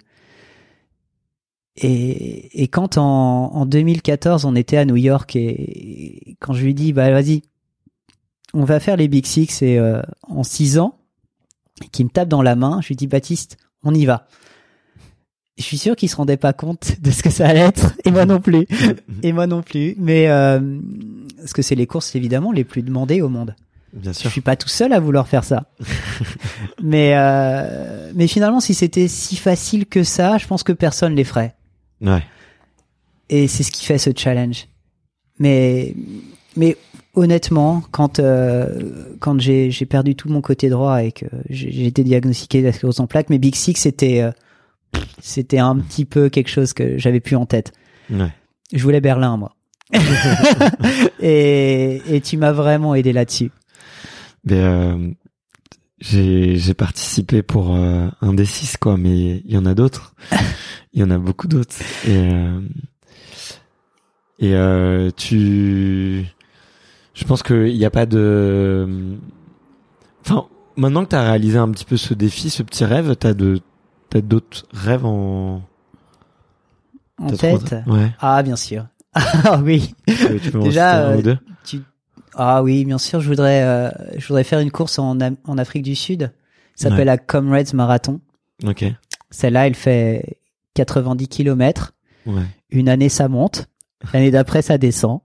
Et quand en 2014 on était à New York et quand je lui dis bah vas-y, on va faire les Big Six et en 6 ans, qui me tape dans la main, je lui dis Baptiste, on y va. Je suis sûr qu'il se rendait pas compte de ce que ça allait être, et moi non plus. Mais parce que c'est les courses évidemment les plus demandées au monde. Bien sûr. Je suis pas tout seul à vouloir faire ça. mais finalement, si c'était si facile que ça, je pense que personne les ferait. Ouais. Et c'est ce qui fait ce challenge. Mais honnêtement, quand j'ai perdu tout mon côté droit et que j'ai été diagnostiqué de la sclérose en plaques, mes Big Six c'était un petit peu quelque chose que j'avais plus en tête. Ouais. Je voulais Berlin, moi. et tu m'as vraiment aidé là-dessus. Mais j'ai participé pour un des 6 quoi, mais il y en a d'autres. Il y en a beaucoup d'autres. Et je pense qu'il n'y a pas de, enfin, maintenant que t'as réalisé un petit peu ce défi, ce petit rêve, t'as d'autres rêves en tête. Ouais. Ah, bien sûr. Ah oui. Tu peux Déjà, un ou deux ah oui, bien sûr. Je voudrais faire une course en Afrique du Sud. Ça s'appelle la Comrades Marathon. Ok. Celle-là, elle fait 90 kilomètres. Ouais. Une année, ça monte. L'année d'après, ça descend.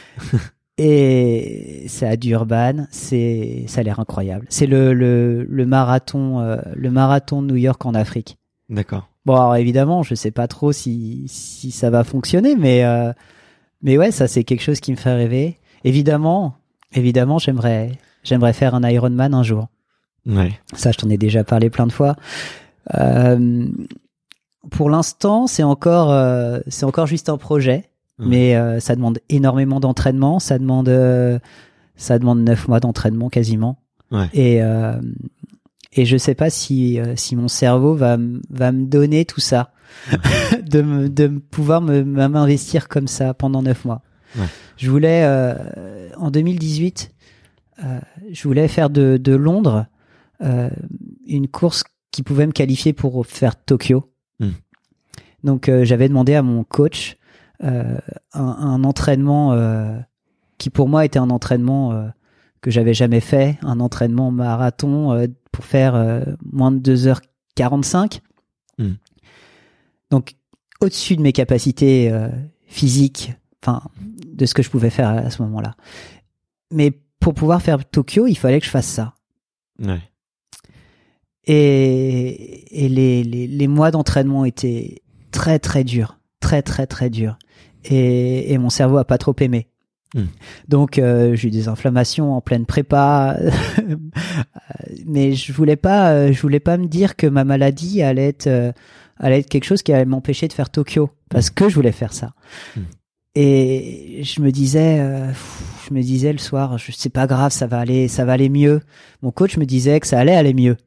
Et c'est à Durban. Ça a l'air incroyable. C'est le marathon de New York en Afrique. D'accord. Bon, alors évidemment, je sais pas trop si ça va fonctionner, mais ouais, ça c'est quelque chose qui me fait rêver. Évidemment, j'aimerais faire un Ironman un jour. Ouais. Ça, je t'en ai déjà parlé plein de fois. Pour l'instant, c'est encore juste un projet, mais ça demande énormément d'entraînement. Ça demande 9 mois d'entraînement quasiment. Ouais. Et je sais pas si mon cerveau va me donner tout ça, de pouvoir m'investir comme ça pendant 9 mois. Ouais. Je voulais en 2018, je voulais faire de Londres une course qui pouvait me qualifier pour faire Tokyo. Donc j'avais demandé à mon coach un entraînement qui pour moi était un entraînement que j'avais jamais fait, un entraînement marathon pour faire moins de 2h45. Donc au-dessus de mes capacités physiques, enfin de ce que je pouvais faire à ce moment-là. Mais pour pouvoir faire Tokyo, il fallait que je fasse ça. Ouais. Et les mois d'entraînement étaient très très durs, très très très durs. Et mon cerveau a pas trop aimé. Donc j'ai eu des inflammations en pleine prépa, mais je voulais pas me dire que ma maladie allait être quelque chose qui allait m'empêcher de faire Tokyo, parce que je voulais faire ça. Et je me disais le soir, c'est pas grave, ça va aller mieux. Mon coach me disait que ça allait aller mieux.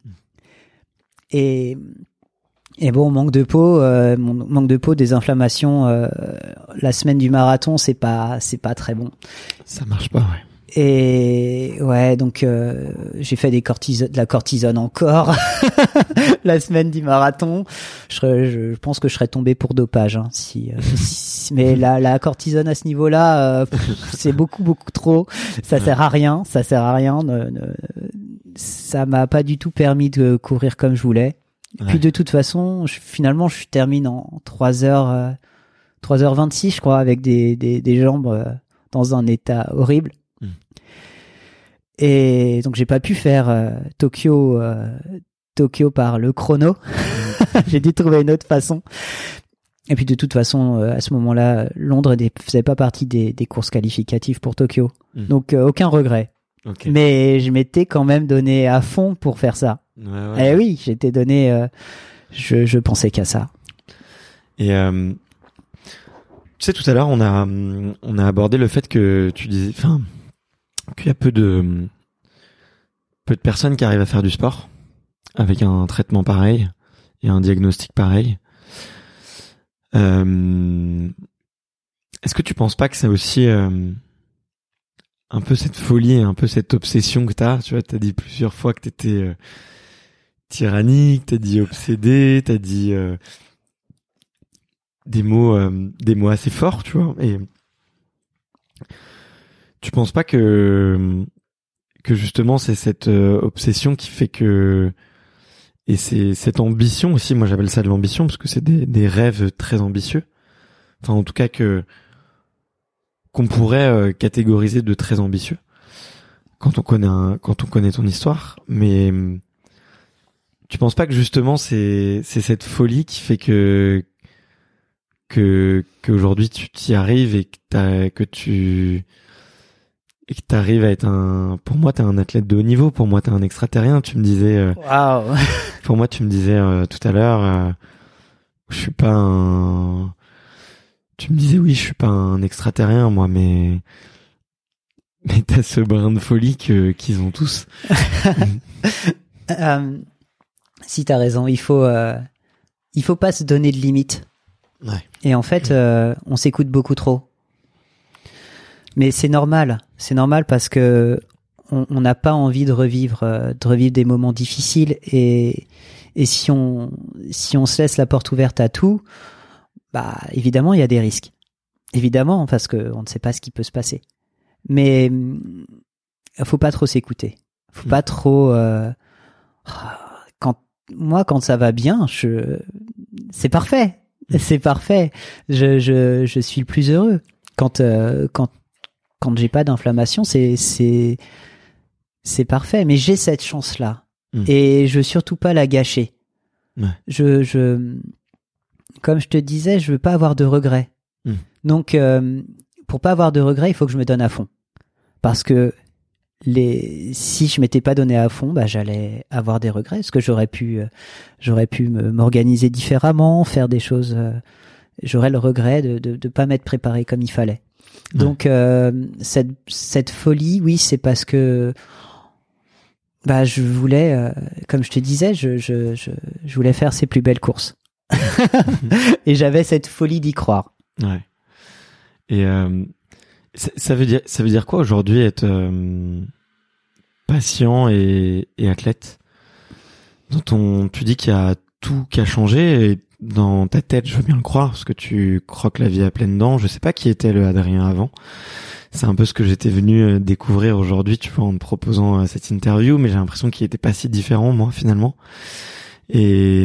Et bon, manque de peau, des inflammations, la semaine du marathon, c'est pas très bon. Ça marche pas, ouais. Et ouais, donc j'ai fait de la cortisone encore la semaine du marathon. Je pense que je serais tombé pour dopage, hein, mais la cortisone à ce niveau-là, c'est beaucoup trop. Ça sert à rien. Ça m'a pas du tout permis de courir comme je voulais. Et puis de toute façon, finalement, je termine en 3h26, je crois, avec des jambes dans un état horrible. Et donc j'ai pas pu faire Tokyo par le chrono. J'ai dû trouver une autre façon. Et puis de toute façon, à ce moment-là, Londres ne faisait pas partie des courses qualificatives pour Tokyo. Donc aucun regret. Okay. Mais je m'étais quand même donné à fond pour faire ça. Ouais. Et oui, j'étais donné. Je pensais qu'à ça. Et tu sais, tout à l'heure, on a abordé le fait que tu disais, enfin, qu'il y a peu de personnes qui arrivent à faire du sport avec un traitement pareil et un diagnostic pareil. Est-ce que tu penses pas que c'est aussi un peu cette folie, un peu cette obsession que t'as? Tu vois, t'as dit plusieurs fois que t'étais tyrannique, t'as dit obsédé, t'as dit des mots assez forts, tu vois. Et tu penses pas que justement c'est cette obsession qui fait que, et c'est cette ambition aussi, moi j'appelle ça de l'ambition parce que c'est des rêves très ambitieux, enfin en tout cas qu'on pourrait catégoriser de très ambitieux quand on connaît ton histoire. Mais tu penses pas que justement c'est cette folie qui fait qu'aujourd'hui tu t'y arrives et que tu arrives à être pour moi t'es un athlète de haut niveau, pour moi t'es un extraterrien, tu me disais wow. Pour moi tu me disais tout à l'heure je suis pas tu me disais oui, je suis pas un extraterrien moi, mais t'as ce brin de folie qu'ils ont tous. Si t'as raison, il faut pas se donner de limites. Ouais. Et en fait, on s'écoute beaucoup trop. Mais c'est normal parce que on n'a pas envie de revivre des moments difficiles et si on se laisse la porte ouverte à tout, bah évidemment il y a des risques. Évidemment parce que on ne sait pas ce qui peut se passer. Mais faut pas trop s'écouter. Faut pas trop quand ça va bien, c'est parfait. C'est parfait. Je suis le plus heureux. Quand j'ai pas d'inflammation, c'est parfait. Mais j'ai cette chance-là. Et je veux surtout pas la gâcher. Ouais. Comme je te disais, je veux pas avoir de regrets. Donc, pour pas avoir de regrets, il faut que je me donne à fond. Parce que si je m'étais pas donné à fond, bah j'allais avoir des regrets. Parce que j'aurais pu m'organiser différemment, faire des choses. J'aurais le regret de pas m'être préparé comme il fallait. Ouais. Donc cette folie, oui, c'est parce que bah je voulais, comme je te disais, je voulais faire ses plus belles courses. Et j'avais cette folie d'y croire. Ouais. Et ça veut dire quoi aujourd'hui être patient et athlète? Tu dis qu'il y a tout qui a changé et dans ta tête, je veux bien le croire parce que tu croques la vie à pleines dents. Je sais pas qui était le Adrien avant. C'est un peu ce que j'étais venu découvrir aujourd'hui, tu vois, en te proposant cette interview, mais j'ai l'impression qu'il était pas si différent, moi, finalement. Et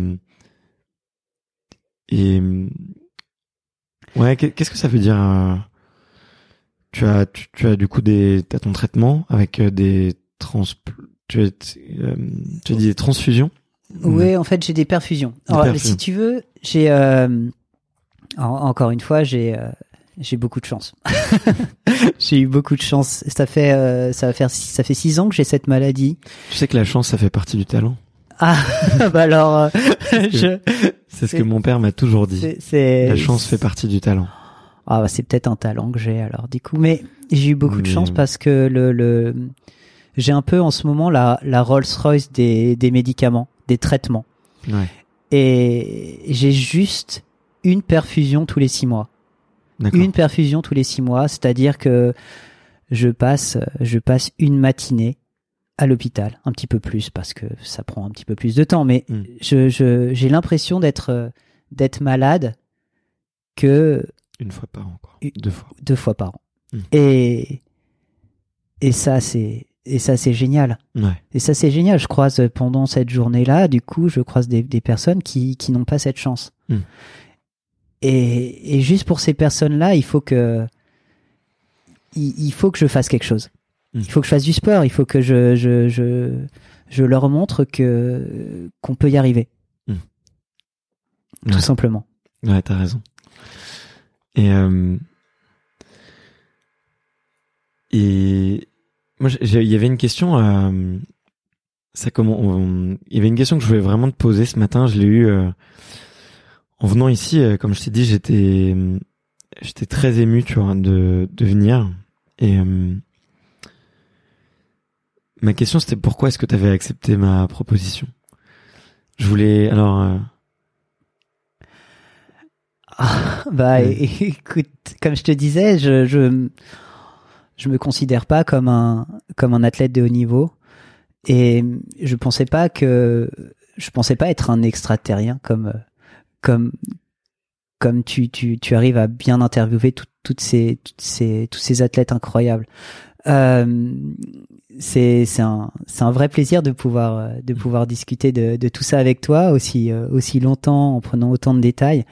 ouais, qu'est-ce que ça veut dire? Tu as du coup t'as ton traitement avec tu as dit des transfusions? Oui, en fait, j'ai des perfusions. Alors, si tu veux, j'ai encore une fois, j'ai beaucoup de chance. J'ai eu beaucoup de chance. Ça fait 6 ans que j'ai cette maladie. Tu sais que la chance, ça fait partie du talent. Ah, bah alors, c'est ce que mon père m'a toujours dit. La chance fait partie du talent. Ah, bah c'est peut-être un talent que j'ai alors du coup, mais j'ai eu beaucoup de chance parce que j'ai un peu en ce moment la Rolls-Royce des médicaments, des traitements. Ouais. Et j'ai juste une perfusion tous les 6 mois. D'accord. Une perfusion tous les 6 mois, c'est-à-dire que je passe une matinée à l'hôpital, un petit peu plus parce que ça prend un petit peu plus de temps, mais j'ai l'impression d'être malade que une fois par an, quoi. 2 fois par an. Et ça c'est génial. Ouais. Et ça c'est génial. Je croise pendant cette journée-là, du coup, je croise des personnes qui n'ont pas cette chance. Et juste pour ces personnes-là, il faut que je fasse quelque chose. Il faut que je fasse du sport. Il faut que je leur montre qu'on peut y arriver. Tout simplement. Ouais, t'as raison. Et moi, il y avait une question. Il y avait une question que je voulais vraiment te poser ce matin. Je l'ai eu en venant ici. Comme je t'ai dit, j'étais très ému, tu vois, de venir. Et ma question, c'était pourquoi est-ce que tu avais accepté ma proposition? Je voulais écoute, comme je te disais, je me considère pas comme un athlète de haut niveau et je pensais pas être un extraterrien comme tu arrives à bien interviewer tous ces athlètes incroyables. C'est un vrai plaisir de pouvoir discuter de tout ça avec toi aussi longtemps en prenant autant de détails.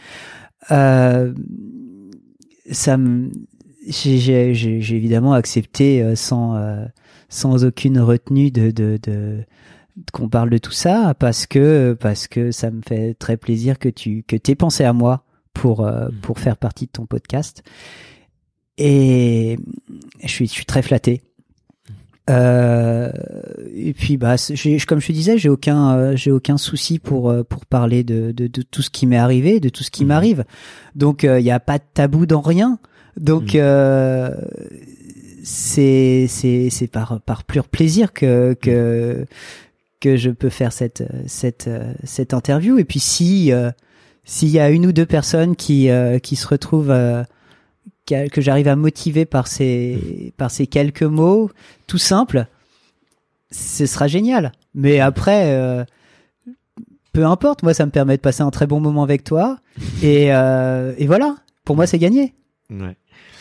J'ai évidemment accepté sans aucune retenue qu'on parle de tout ça parce que ça me fait très plaisir que t'aies pensé à moi pour faire partie de ton podcast et je suis très flatté. Et puis comme je te disais, j'ai aucun souci pour parler de tout ce qui m'est arrivé, de tout ce qui m'arrive. Donc il y a pas de tabou dans rien. Donc c'est par pur plaisir que je peux faire cette interview. Et puis s'il y a une ou deux personnes qui se retrouvent que j'arrive à motiver par ces quelques mots tout simples, ce sera génial. Mais après, peu importe, moi ça me permet de passer un très bon moment avec toi et voilà, pour moi c'est gagné. Ouais.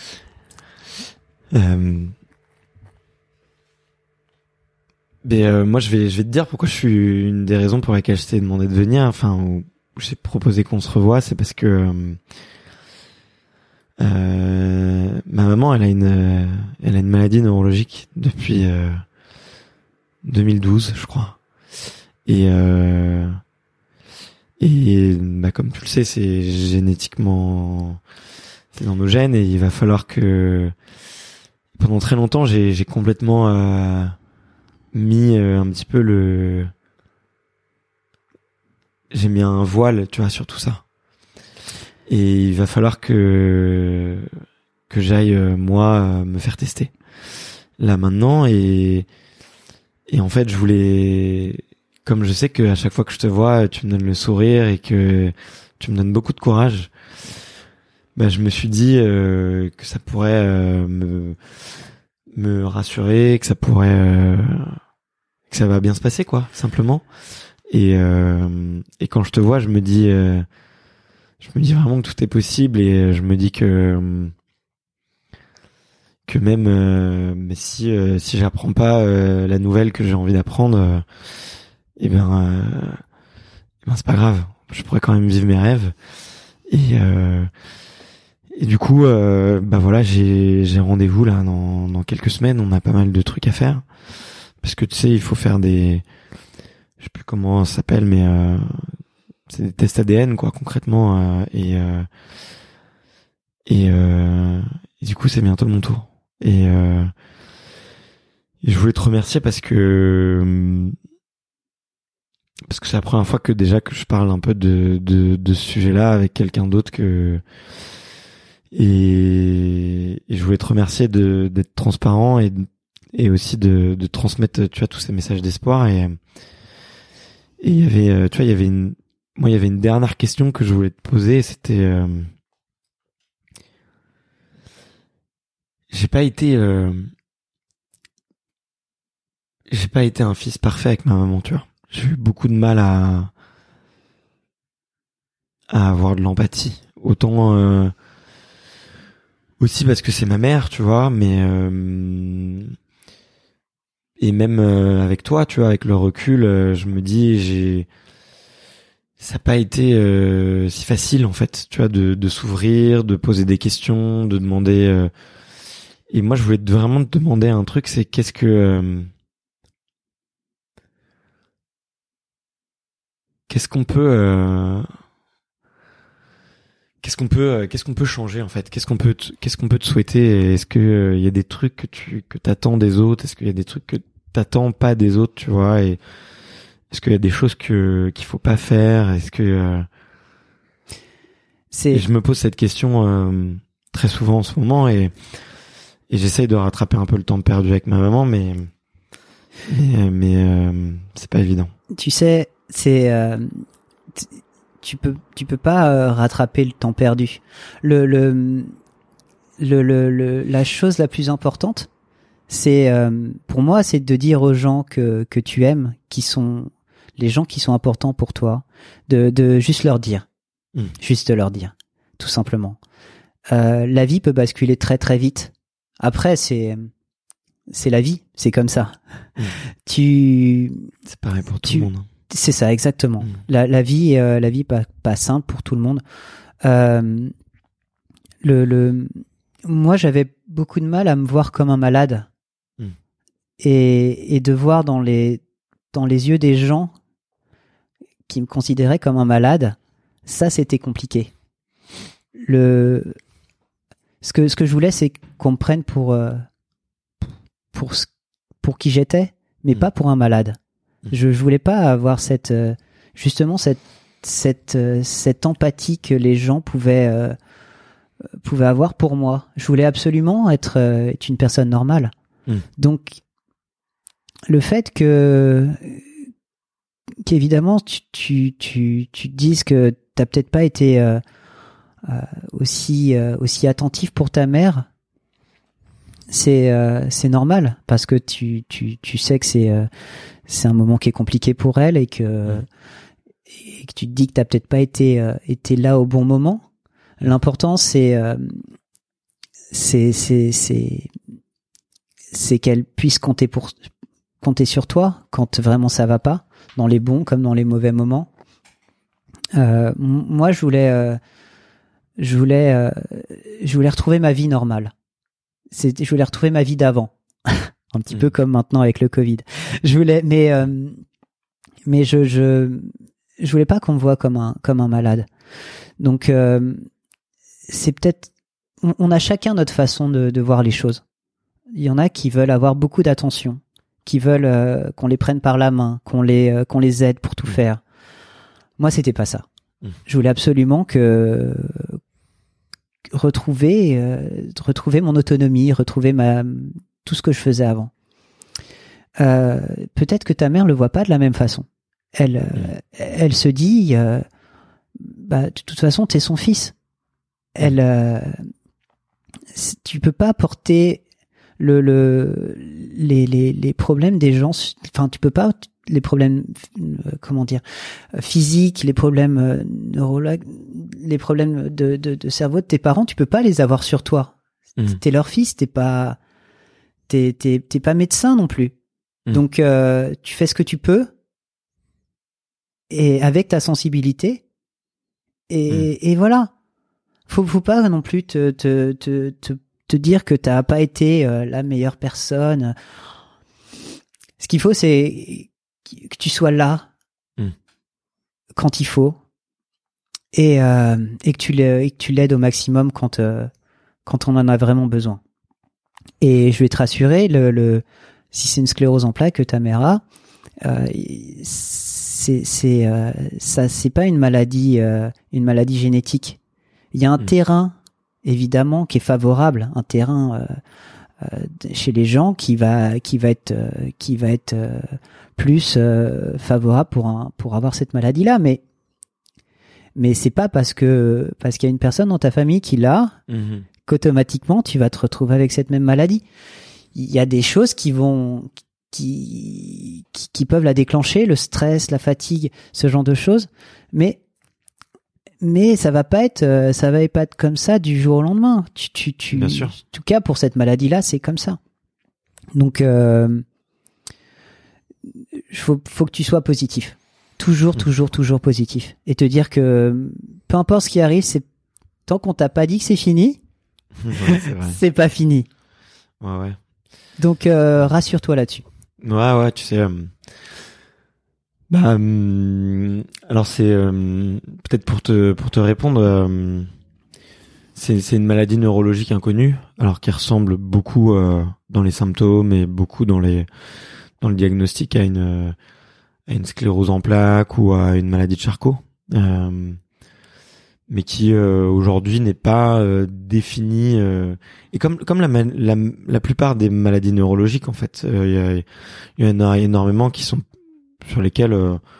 Moi je vais te dire pourquoi je suis une des raisons pour lesquelles je t'ai demandé de venir, enfin où j'ai proposé qu'on se revoie, c'est parce que ma maman elle a une maladie neurologique depuis 2012 je crois, et comme tu le sais c'est génétiquement, c'est dans nos gènes, et il va falloir que pendant très longtemps j'ai complètement mis un petit peu j'ai mis un voile, tu vois, sur tout ça. Et il va falloir que j'aille moi me faire tester là maintenant, et en fait je voulais, comme je sais que à chaque fois que je te vois tu me donnes le sourire et que tu me donnes beaucoup de courage, je me suis dit que ça pourrait me rassurer, que ça pourrait que ça va bien se passer quoi, simplement. Et quand je te vois, je me dis vraiment que tout est possible, et je me dis que même mais si j'apprends pas la nouvelle que j'ai envie d'apprendre, c'est pas grave, je pourrais quand même vivre mes rêves. Et du coup voilà, j'ai rendez-vous là dans quelques semaines. On a pas mal de trucs à faire parce que tu sais, il faut faire je sais plus comment ça s'appelle, mais c'est des tests ADN quoi, concrètement, et du coup c'est bientôt mon tour, et je voulais te remercier parce que c'est la première fois que je parle un peu de ce sujet-là avec quelqu'un d'autre et je voulais te remercier d'être transparent et aussi de transmettre, tu vois, tous ces messages d'espoir, et il y avait, tu vois, il y avait une dernière question que je voulais te poser, c'était j'ai pas été un fils parfait avec ma maman, tu vois. J'ai eu beaucoup de mal à avoir de l'empathie. Autant aussi parce que c'est ma mère, tu vois, mais et même avec toi, tu vois, avec le recul, je me dis ça n'a pas été si facile en fait, tu vois, de s'ouvrir, de poser des questions, de demander. Et moi, je voulais vraiment te demander un truc, c'est qu'est-ce qu'on peut changer en fait, qu'est-ce qu'on peut te souhaiter, est-ce que il y a des trucs que t'attends des autres, est-ce qu'il y a des trucs que t'attends pas des autres, tu vois, et est-ce qu'il y a des choses qu'il faut pas faire, est-ce que et je me pose cette question très souvent en ce moment, et j'essaye de rattraper un peu le temps perdu avec ma maman, mais c'est pas évident. Tu sais, tu peux pas rattraper le temps perdu. La chose la plus importante, c'est pour moi, c'est de dire aux gens que tu aimes, qui sont les gens qui sont importants pour toi, de juste leur dire, juste leur dire, tout simplement. La vie peut basculer très très vite. Après, c'est la vie, c'est comme ça. C'est pareil pour tout le monde. C'est ça, exactement. La vie pas simple pour tout le monde. Moi, j'avais beaucoup de mal à me voir comme un malade, et de voir dans les yeux des gens qui me considéraient comme un malade, ça, c'était compliqué. Ce que je voulais, c'est qu'on me prenne pour pour qui j'étais, mais pas pour un malade. Je voulais pas avoir cette empathie que les gens pouvaient avoir pour moi. Je voulais absolument être une personne normale. Donc le fait qu'évidemment tu te dises que t'as peut-être pas été aussi attentif pour ta mère, c'est normal, parce que tu sais que c'est un moment qui est compliqué pour elle, et que tu te dis que t'as peut-être pas été là au bon moment. L'important c'est qu'elle puisse compter sur toi quand vraiment ça va pas, dans les bons comme dans les mauvais moments. Moi je voulais retrouver ma vie normale. Je voulais retrouver ma vie d'avant. Un petit peu comme maintenant avec le Covid. Mais je voulais pas qu'on me voie comme un malade. Donc c'est peut-être, on a chacun notre façon de voir les choses. Il y en a qui veulent avoir beaucoup d'attention, qui veulent qu'on les prenne par la main, qu'on les aide pour tout faire. Moi, c'était pas ça. Je voulais absolument retrouver mon autonomie, retrouver tout ce que je faisais avant. Peut-être que ta mère le voit pas de la même façon. Elle se dit, de toute façon, t'es son fils. Tu peux pas porter les problèmes des gens. Enfin, tu peux pas, les problèmes, physiques, les problèmes neurologiques, les problèmes de cerveau de tes parents, tu peux pas les avoir sur toi. T'es leur fils, t'es pas médecin non plus. Donc tu fais ce que tu peux, et avec ta sensibilité, et voilà. Faut pas non plus te dire que t'as pas été la meilleure personne. Ce qu'il faut, c'est que tu sois là quand il faut, et que tu l'aides au maximum quand on en a vraiment besoin. Et je vais te rassurer, si c'est une sclérose en plaques que ta mère a, c'est pas une maladie génétique. Il y a un terrain, évidemment, qui est favorable, un terrain chez les gens qui va être plus favorable pour avoir cette maladie-là, mais c'est pas parce qu'il y a une personne dans ta famille qui l'a qu'automatiquement tu vas te retrouver avec cette même maladie. Il y a des choses qui peuvent la déclencher, le stress, la fatigue, ce genre de choses, mais ça va pas être comme ça du jour au lendemain. Bien sûr. En tout cas, pour cette maladie-là, c'est comme ça. Donc, faut que tu sois positif. Toujours positif. Et te dire que peu importe ce qui arrive, c'est tant qu'on t'a pas dit que c'est fini, c'est pas fini. Ouais. Donc, rassure-toi là-dessus. Ouais, tu sais. Alors c'est peut-être pour te répondre, c'est une maladie neurologique inconnue, alors qui ressemble beaucoup dans les symptômes et beaucoup dans le diagnostic à une sclérose en plaques ou à une maladie de Charcot, mais qui aujourd'hui n'est pas définie, et comme la plupart des maladies neurologiques en fait, il y en a énormément qui sont sur lesquels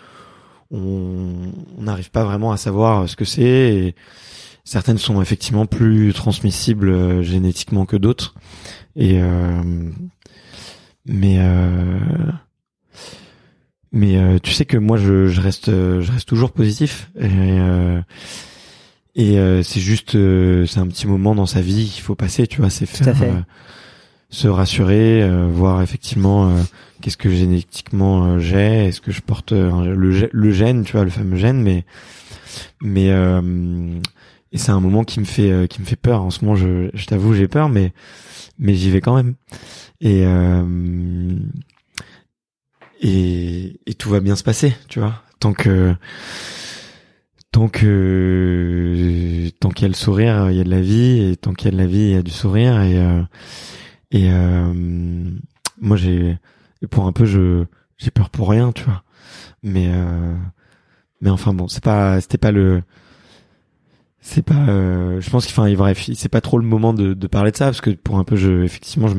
on n'arrive pas vraiment à savoir ce que c'est, et certaines sont effectivement plus transmissibles génétiquement que d'autres, et mais tu sais que moi je reste toujours positif, et c'est juste c'est un petit moment dans sa vie qu'il faut passer, tu vois, c'est faire se rassurer, voir effectivement qu'est-ce que génétiquement j'ai, est-ce que je porte le gène, tu vois, le fameux gène, mais et c'est un moment qui me fait peur en ce moment. Je t'avoue, j'ai peur, mais j'y vais quand même, et tout va bien se passer, tu vois, tant qu'il y a le sourire, il y a de la vie, et tant qu'il y a de la vie, il y a du sourire, et moi pour un peu j'ai peur pour rien, tu vois. Mais enfin bon, c'est pas je pense qu'il bref, c'est pas trop le moment de parler de ça, parce que pour un peu effectivement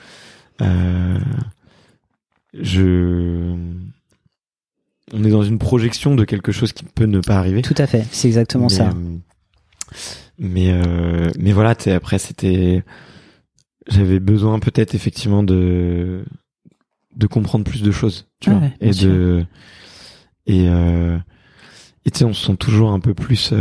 on est dans une projection de quelque chose qui peut ne pas arriver. Tout à fait, c'est exactement ça. Mais voilà, tu sais, après j'avais besoin peut-être effectivement de comprendre plus de choses, tu vois, et tu sais, on se sent toujours un peu plus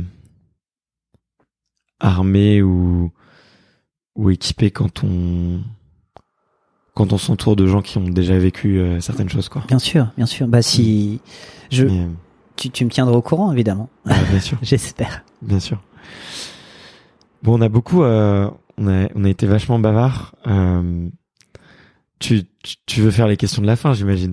armé ou équipé quand on s'entoure de gens qui ont déjà vécu certaines choses, quoi. Bien sûr. Bah si tu me tiendras au courant, évidemment. Bien sûr. J'espère. Bien sûr. Bon, on a beaucoup, on a été vachement bavard. Tu veux faire les questions de la fin, j'imagine.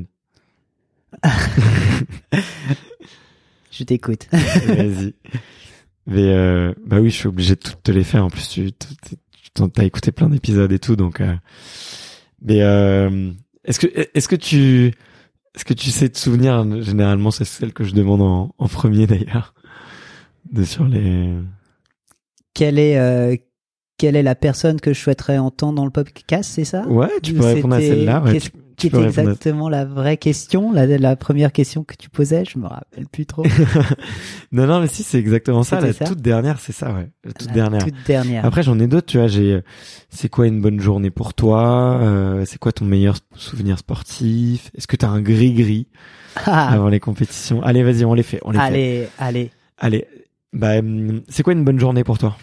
Je t'écoute. Vas-y. Mais bah oui, je suis obligé de te les faire. En plus, t'as écouté plein d'épisodes et tout, donc. Mais est-ce que tu sais te souvenir, généralement c'est celle que je demande en premier d'ailleurs, sur les. Quelle est la personne que je souhaiterais entendre dans le podcast, c'est ça? Ouais, tu peux répondre à celle-là. Ouais, qui était exactement la vraie question, la première question que tu posais, je me rappelle plus trop. non, mais si, c'est exactement ça. Toute dernière, c'est ça, ouais. La toute dernière. Après, j'en ai d'autres, tu vois. C'est quoi une bonne journée pour toi? C'est quoi ton meilleur souvenir sportif? Est-ce que t'as un gris-gris avant les compétitions? Allez, vas-y, on les fait. Allez. Bah, c'est quoi une bonne journée pour toi?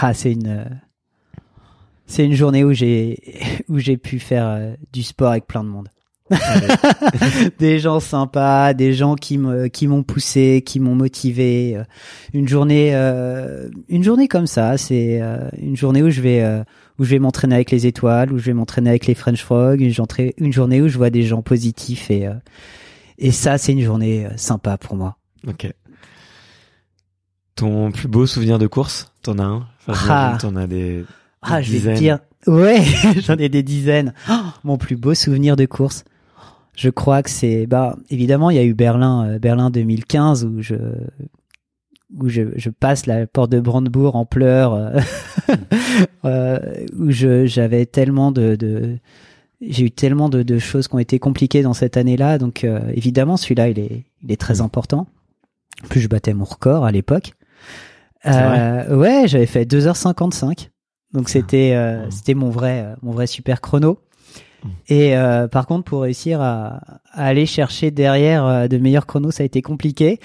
C'est une journée où j'ai pu faire du sport avec plein de monde. Des gens sympas, des gens qui m'ont poussé, qui m'ont motivé. Une journée comme ça, c'est une journée où je vais m'entraîner avec les étoiles, où je vais m'entraîner avec les French Frogs, une journée où je vois des gens positifs et ça, c'est une journée sympa pour moi. Ok. Ton plus beau souvenir de course, t'en as un? Enfin, t'en as des je vais te dire, ouais, j'en ai des dizaines. Mon plus beau souvenir de course, je crois que c'est, évidemment, il y a eu Berlin 2015 où je passe la porte de Brandebourg en pleurs, où j'avais tellement j'ai eu tellement de choses qui ont été compliquées dans cette année-là, donc évidemment celui-là il est très important. En plus, je battais mon record à l'époque. Ouais, j'avais fait 2h55. Donc c'était mon vrai super chrono. Et par contre, pour réussir à aller chercher derrière de meilleurs chronos, ça a été compliqué.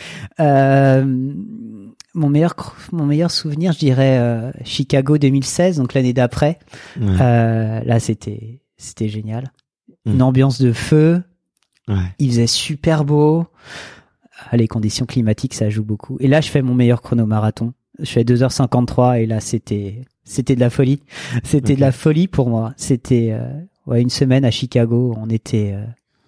Mon meilleur souvenir, je dirais Chicago 2016, donc l'année d'après. Là, c'était génial. Une ambiance de feu. Il faisait super beau. Les conditions climatiques, ça joue beaucoup. Et là, je fais mon meilleur chrono marathon. Je fais 2h53 et là, c'était de la folie. C'était de la folie pour moi. C'était une semaine à Chicago. On était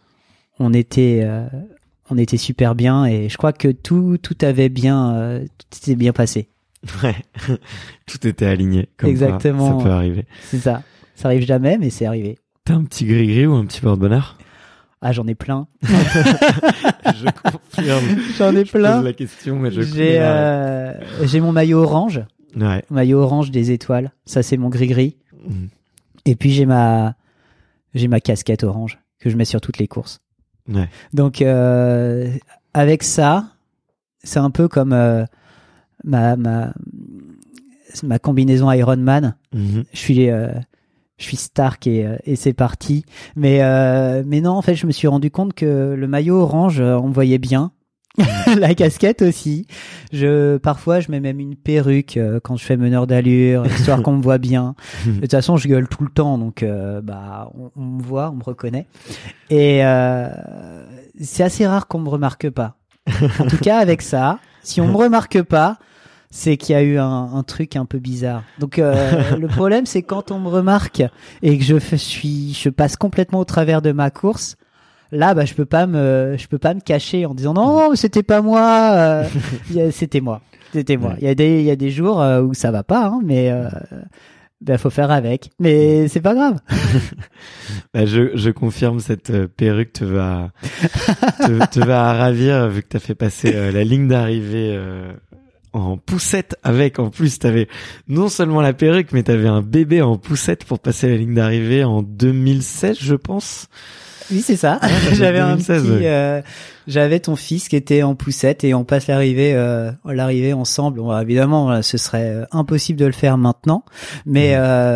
super bien et je crois que tout avait bien, tout était bien passé. Ouais, tout était aligné. Comme exactement. Quoi, ça peut arriver. C'est ça. Ça arrive jamais, mais c'est arrivé. T'as un petit gris-gris ou un petit porte-bonheur? Ah, j'en ai plein. Je confirme. J'en ai plein. Je pose la question, mais j'ai mon maillot orange. Ouais. Maillot orange des étoiles. Ça, c'est mon gris-gris. Et puis, j'ai ma casquette orange que je mets sur toutes les courses. Ouais. Donc, avec ça, c'est un peu comme ma combinaison Ironman. Je suis Stark et c'est parti. Mais non, en fait, je me suis rendu compte que le maillot orange, on me voyait bien. La casquette aussi. Parfois, je mets même une perruque quand je fais meneur d'allure, histoire qu'on me voit bien. De toute façon, je gueule tout le temps, donc on me voit, on me reconnaît. Et c'est assez rare qu'on me remarque pas. En tout cas, avec ça, si on me remarque pas, c'est qu'il y a eu un truc un peu bizarre. Donc le problème, c'est quand on me remarque et que je passe complètement au travers de ma course. Là, je peux pas me cacher en disant non, c'était pas moi. C'était moi. Il y a des jours où ça va pas, hein, mais Ben, faut faire avec. Mais c'est pas grave. Bah, je confirme, cette perruque te va ravir, vu que t'as fait passer la ligne d'arrivée en poussette avec. En plus, t'avais non seulement la perruque, mais t'avais un bébé en poussette pour passer la ligne d'arrivée en 2016, je pense. Oui, c'est ça. Ah, J'avais 2016, un petit, j'avais ton fils qui était en poussette et on passe l'arrivée ensemble. Bon, évidemment, ce serait impossible de le faire maintenant, mais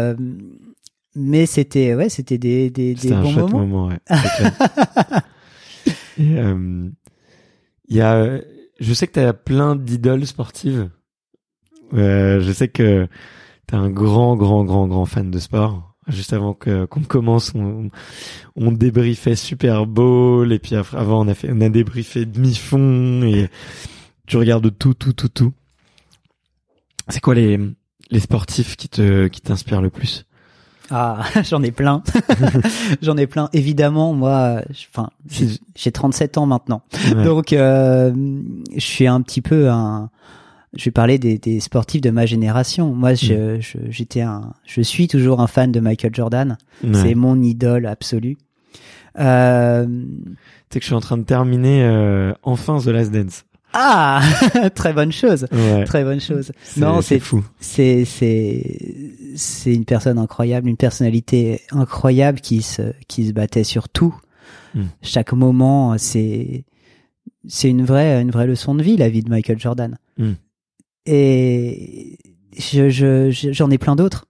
c'était des C'était bons un chouette moments. moment, ouais. C'est clair. Et il y a, je sais que t'as plein d'idoles sportives. Je sais que t'es un grand fan de sport. Juste avant qu'on commence, on débriefait Super Bowl, et puis avant on a débriefé demi-fond, et tu regardes tout. C'est quoi les sportifs qui t'inspirent le plus? Ah, j'en ai plein. J'en ai plein. Évidemment, moi, j'ai 37 ans maintenant. Ouais. Donc, je suis un petit peu je vais parler des sportifs de ma génération. Moi, je suis toujours un fan de Michael Jordan. Ouais. C'est mon idole absolue. Tu sais que je suis en train de terminer enfin The Last Dance. Ah, très bonne chose. Ouais. Très bonne chose. C'est fou. C'est une personne incroyable, une personnalité incroyable qui se battait sur tout. Chaque moment, c'est une vraie leçon de vie, la vie de Michael Jordan. Et j'en ai plein d'autres.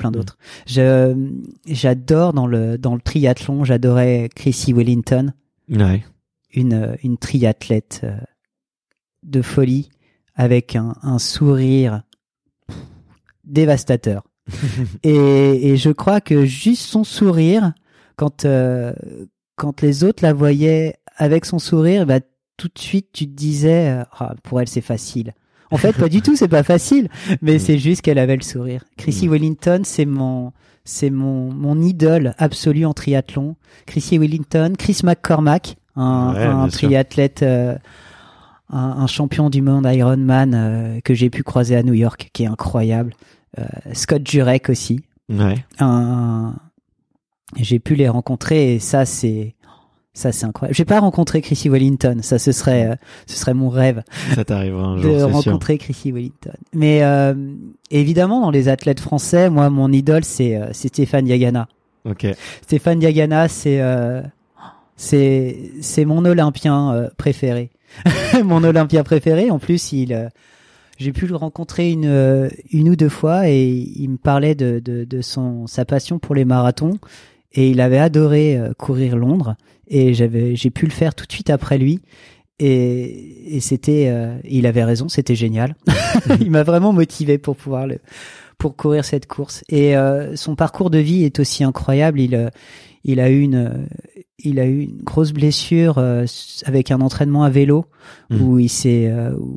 J'adore dans le triathlon, j'adorais Chrissy Wellington. Ouais. Une triathlète de folie, avec un sourire dévastateur. et je crois que juste son sourire, quand les autres la voyaient avec son sourire, bah tout de suite tu te disais pour elle c'est facile. En fait, pas du tout, c'est pas facile, mais c'est juste qu'elle avait le sourire. Chrissy Wellington, c'est mon idole absolue en triathlon. Chrissy Wellington, Chris McCormack, un triathlète, un champion du monde Ironman que j'ai pu croiser à New York, qui est incroyable. Scott Jurek aussi. Ouais. J'ai pu les rencontrer et ça c'est incroyable. J'ai pas rencontré Chrissy Wellington, ça ce serait mon rêve. Ça t'arrivera un jour, de c'est rencontrer sûr. Chrissy Wellington. Mais évidemment dans les athlètes français, moi mon idole c'est Stéphane Diagana. Ok. Stéphane Diagana c'est mon Olympien préféré. Mon Olympien préféré. En plus j'ai pu le rencontrer une ou deux fois et il me parlait de sa passion pour les marathons. Et il avait adoré courir Londres et j'ai pu le faire tout de suite après lui et c'était il avait raison, c'était génial. Il m'a vraiment motivé pour courir cette course et son parcours de vie est aussi incroyable. Il a eu une grosse blessure avec un entraînement à vélo où il s'est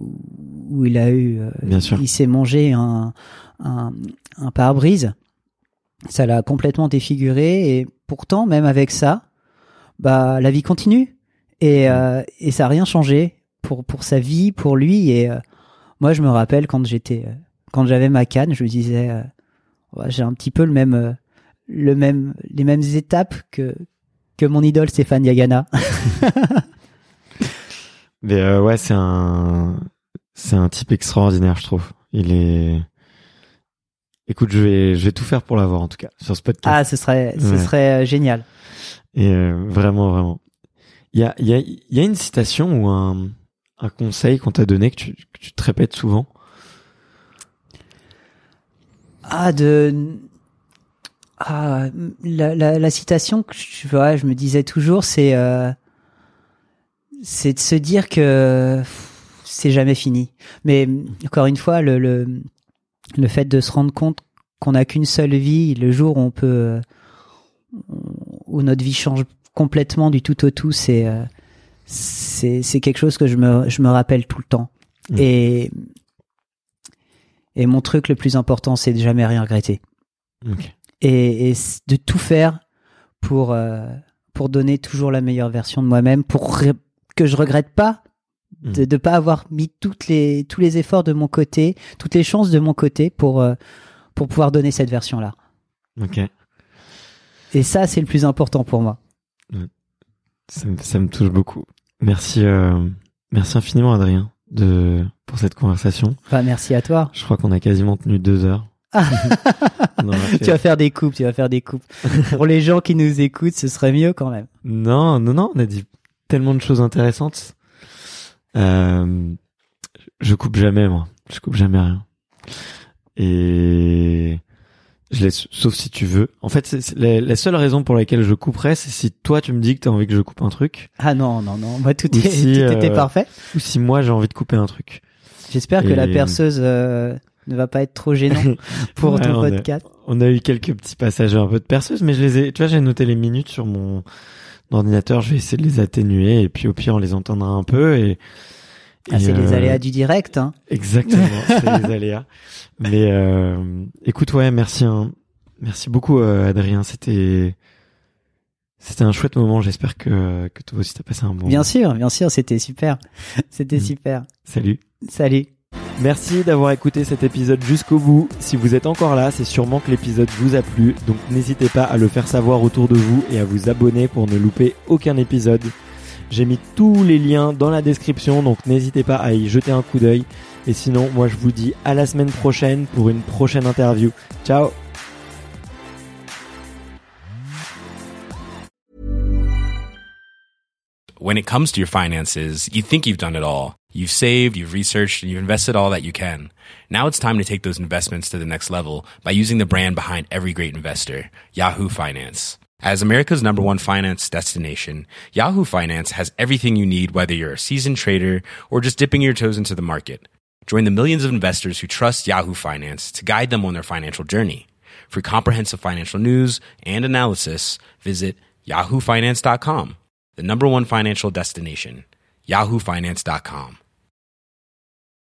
il s'est mangé un pare-brise. Ça l'a complètement défiguré et pourtant même avec ça, bah la vie continue et ça a rien changé pour sa vie, pour lui et moi je me rappelle quand j'avais ma canne, je me disais j'ai un petit peu les mêmes étapes que mon idole Stéphane Diagana. Mais ouais, c'est un type extraordinaire, je trouve. Écoute, je vais tout faire pour l'avoir en tout cas sur ce podcast. Ah, ce serait génial. Et vraiment. Il y a une citation ou un conseil qu'on t'a donné que tu te répètes souvent. La citation que je me disais toujours, c'est de se dire que c'est jamais fini. Mais encore une fois, le fait de se rendre compte qu'on n'a qu'une seule vie, le jour où où notre vie change complètement du tout au tout, c'est quelque chose que je me rappelle tout le temps. Et mon truc le plus important, c'est de jamais rien regretter. Okay. Et de tout faire pour donner toujours la meilleure version de moi-même, pour que je regrette pas de pas avoir mis tous les efforts de mon côté, toutes les chances de mon côté pour pour pouvoir donner cette version-là. Ok. Et ça, c'est le plus important pour moi. Ça me touche beaucoup. Merci infiniment, Adrien, pour cette conversation. Bah, merci à toi. Je crois qu'on a quasiment tenu 2 heures. Tu vas faire des coupes. Pour les gens qui nous écoutent, ce serait mieux quand même. Non, on a dit tellement de choses intéressantes. Je coupe jamais, moi. Je coupe jamais rien. Et je laisse, sauf si tu veux. En fait, c'est la seule raison pour laquelle je couperais, c'est si toi tu me dis que t'as envie que je coupe un truc. Ah non. Moi, tout était parfait. Ou si moi j'ai envie de couper un truc. J'espère que la perceuse ne va pas être trop gênante pour ton podcast. On a eu quelques petits passages un peu de perceuse, mais tu vois, j'ai noté les minutes sur mon ordinateur. Je vais essayer de les atténuer et puis au pire on les entendra un peu c'est les aléas du direct, hein. Exactement, c'est les aléas. Mais écoute, ouais, merci beaucoup, Adrien. C'était un chouette moment. J'espère que toi aussi t'as passé un bon. Bien sûr, c'était super. Super. Salut. Salut. Merci d'avoir écouté cet épisode jusqu'au bout. Si vous êtes encore là, c'est sûrement que l'épisode vous a plu. Donc n'hésitez pas à le faire savoir autour de vous et à vous abonner pour ne louper aucun épisode. J'ai mis tous les liens dans la description, donc n'hésitez pas à y jeter un coup d'œil. Et sinon, moi je vous dis à la semaine prochaine pour une prochaine interview. Ciao! When it comes to your finances, you think you've done it all. You've saved, you've researched, and you've invested all that you can. Now it's time to take those investments to the next level by using the brand behind every great investor, Yahoo Finance. As America's #1 finance destination, Yahoo Finance has everything you need, whether you're a seasoned trader or just dipping your toes into the market. Join the millions of investors who trust Yahoo Finance to guide them on their financial journey. For comprehensive financial news and analysis, visit yahoofinance.com, the #1 financial destination, yahoofinance.com.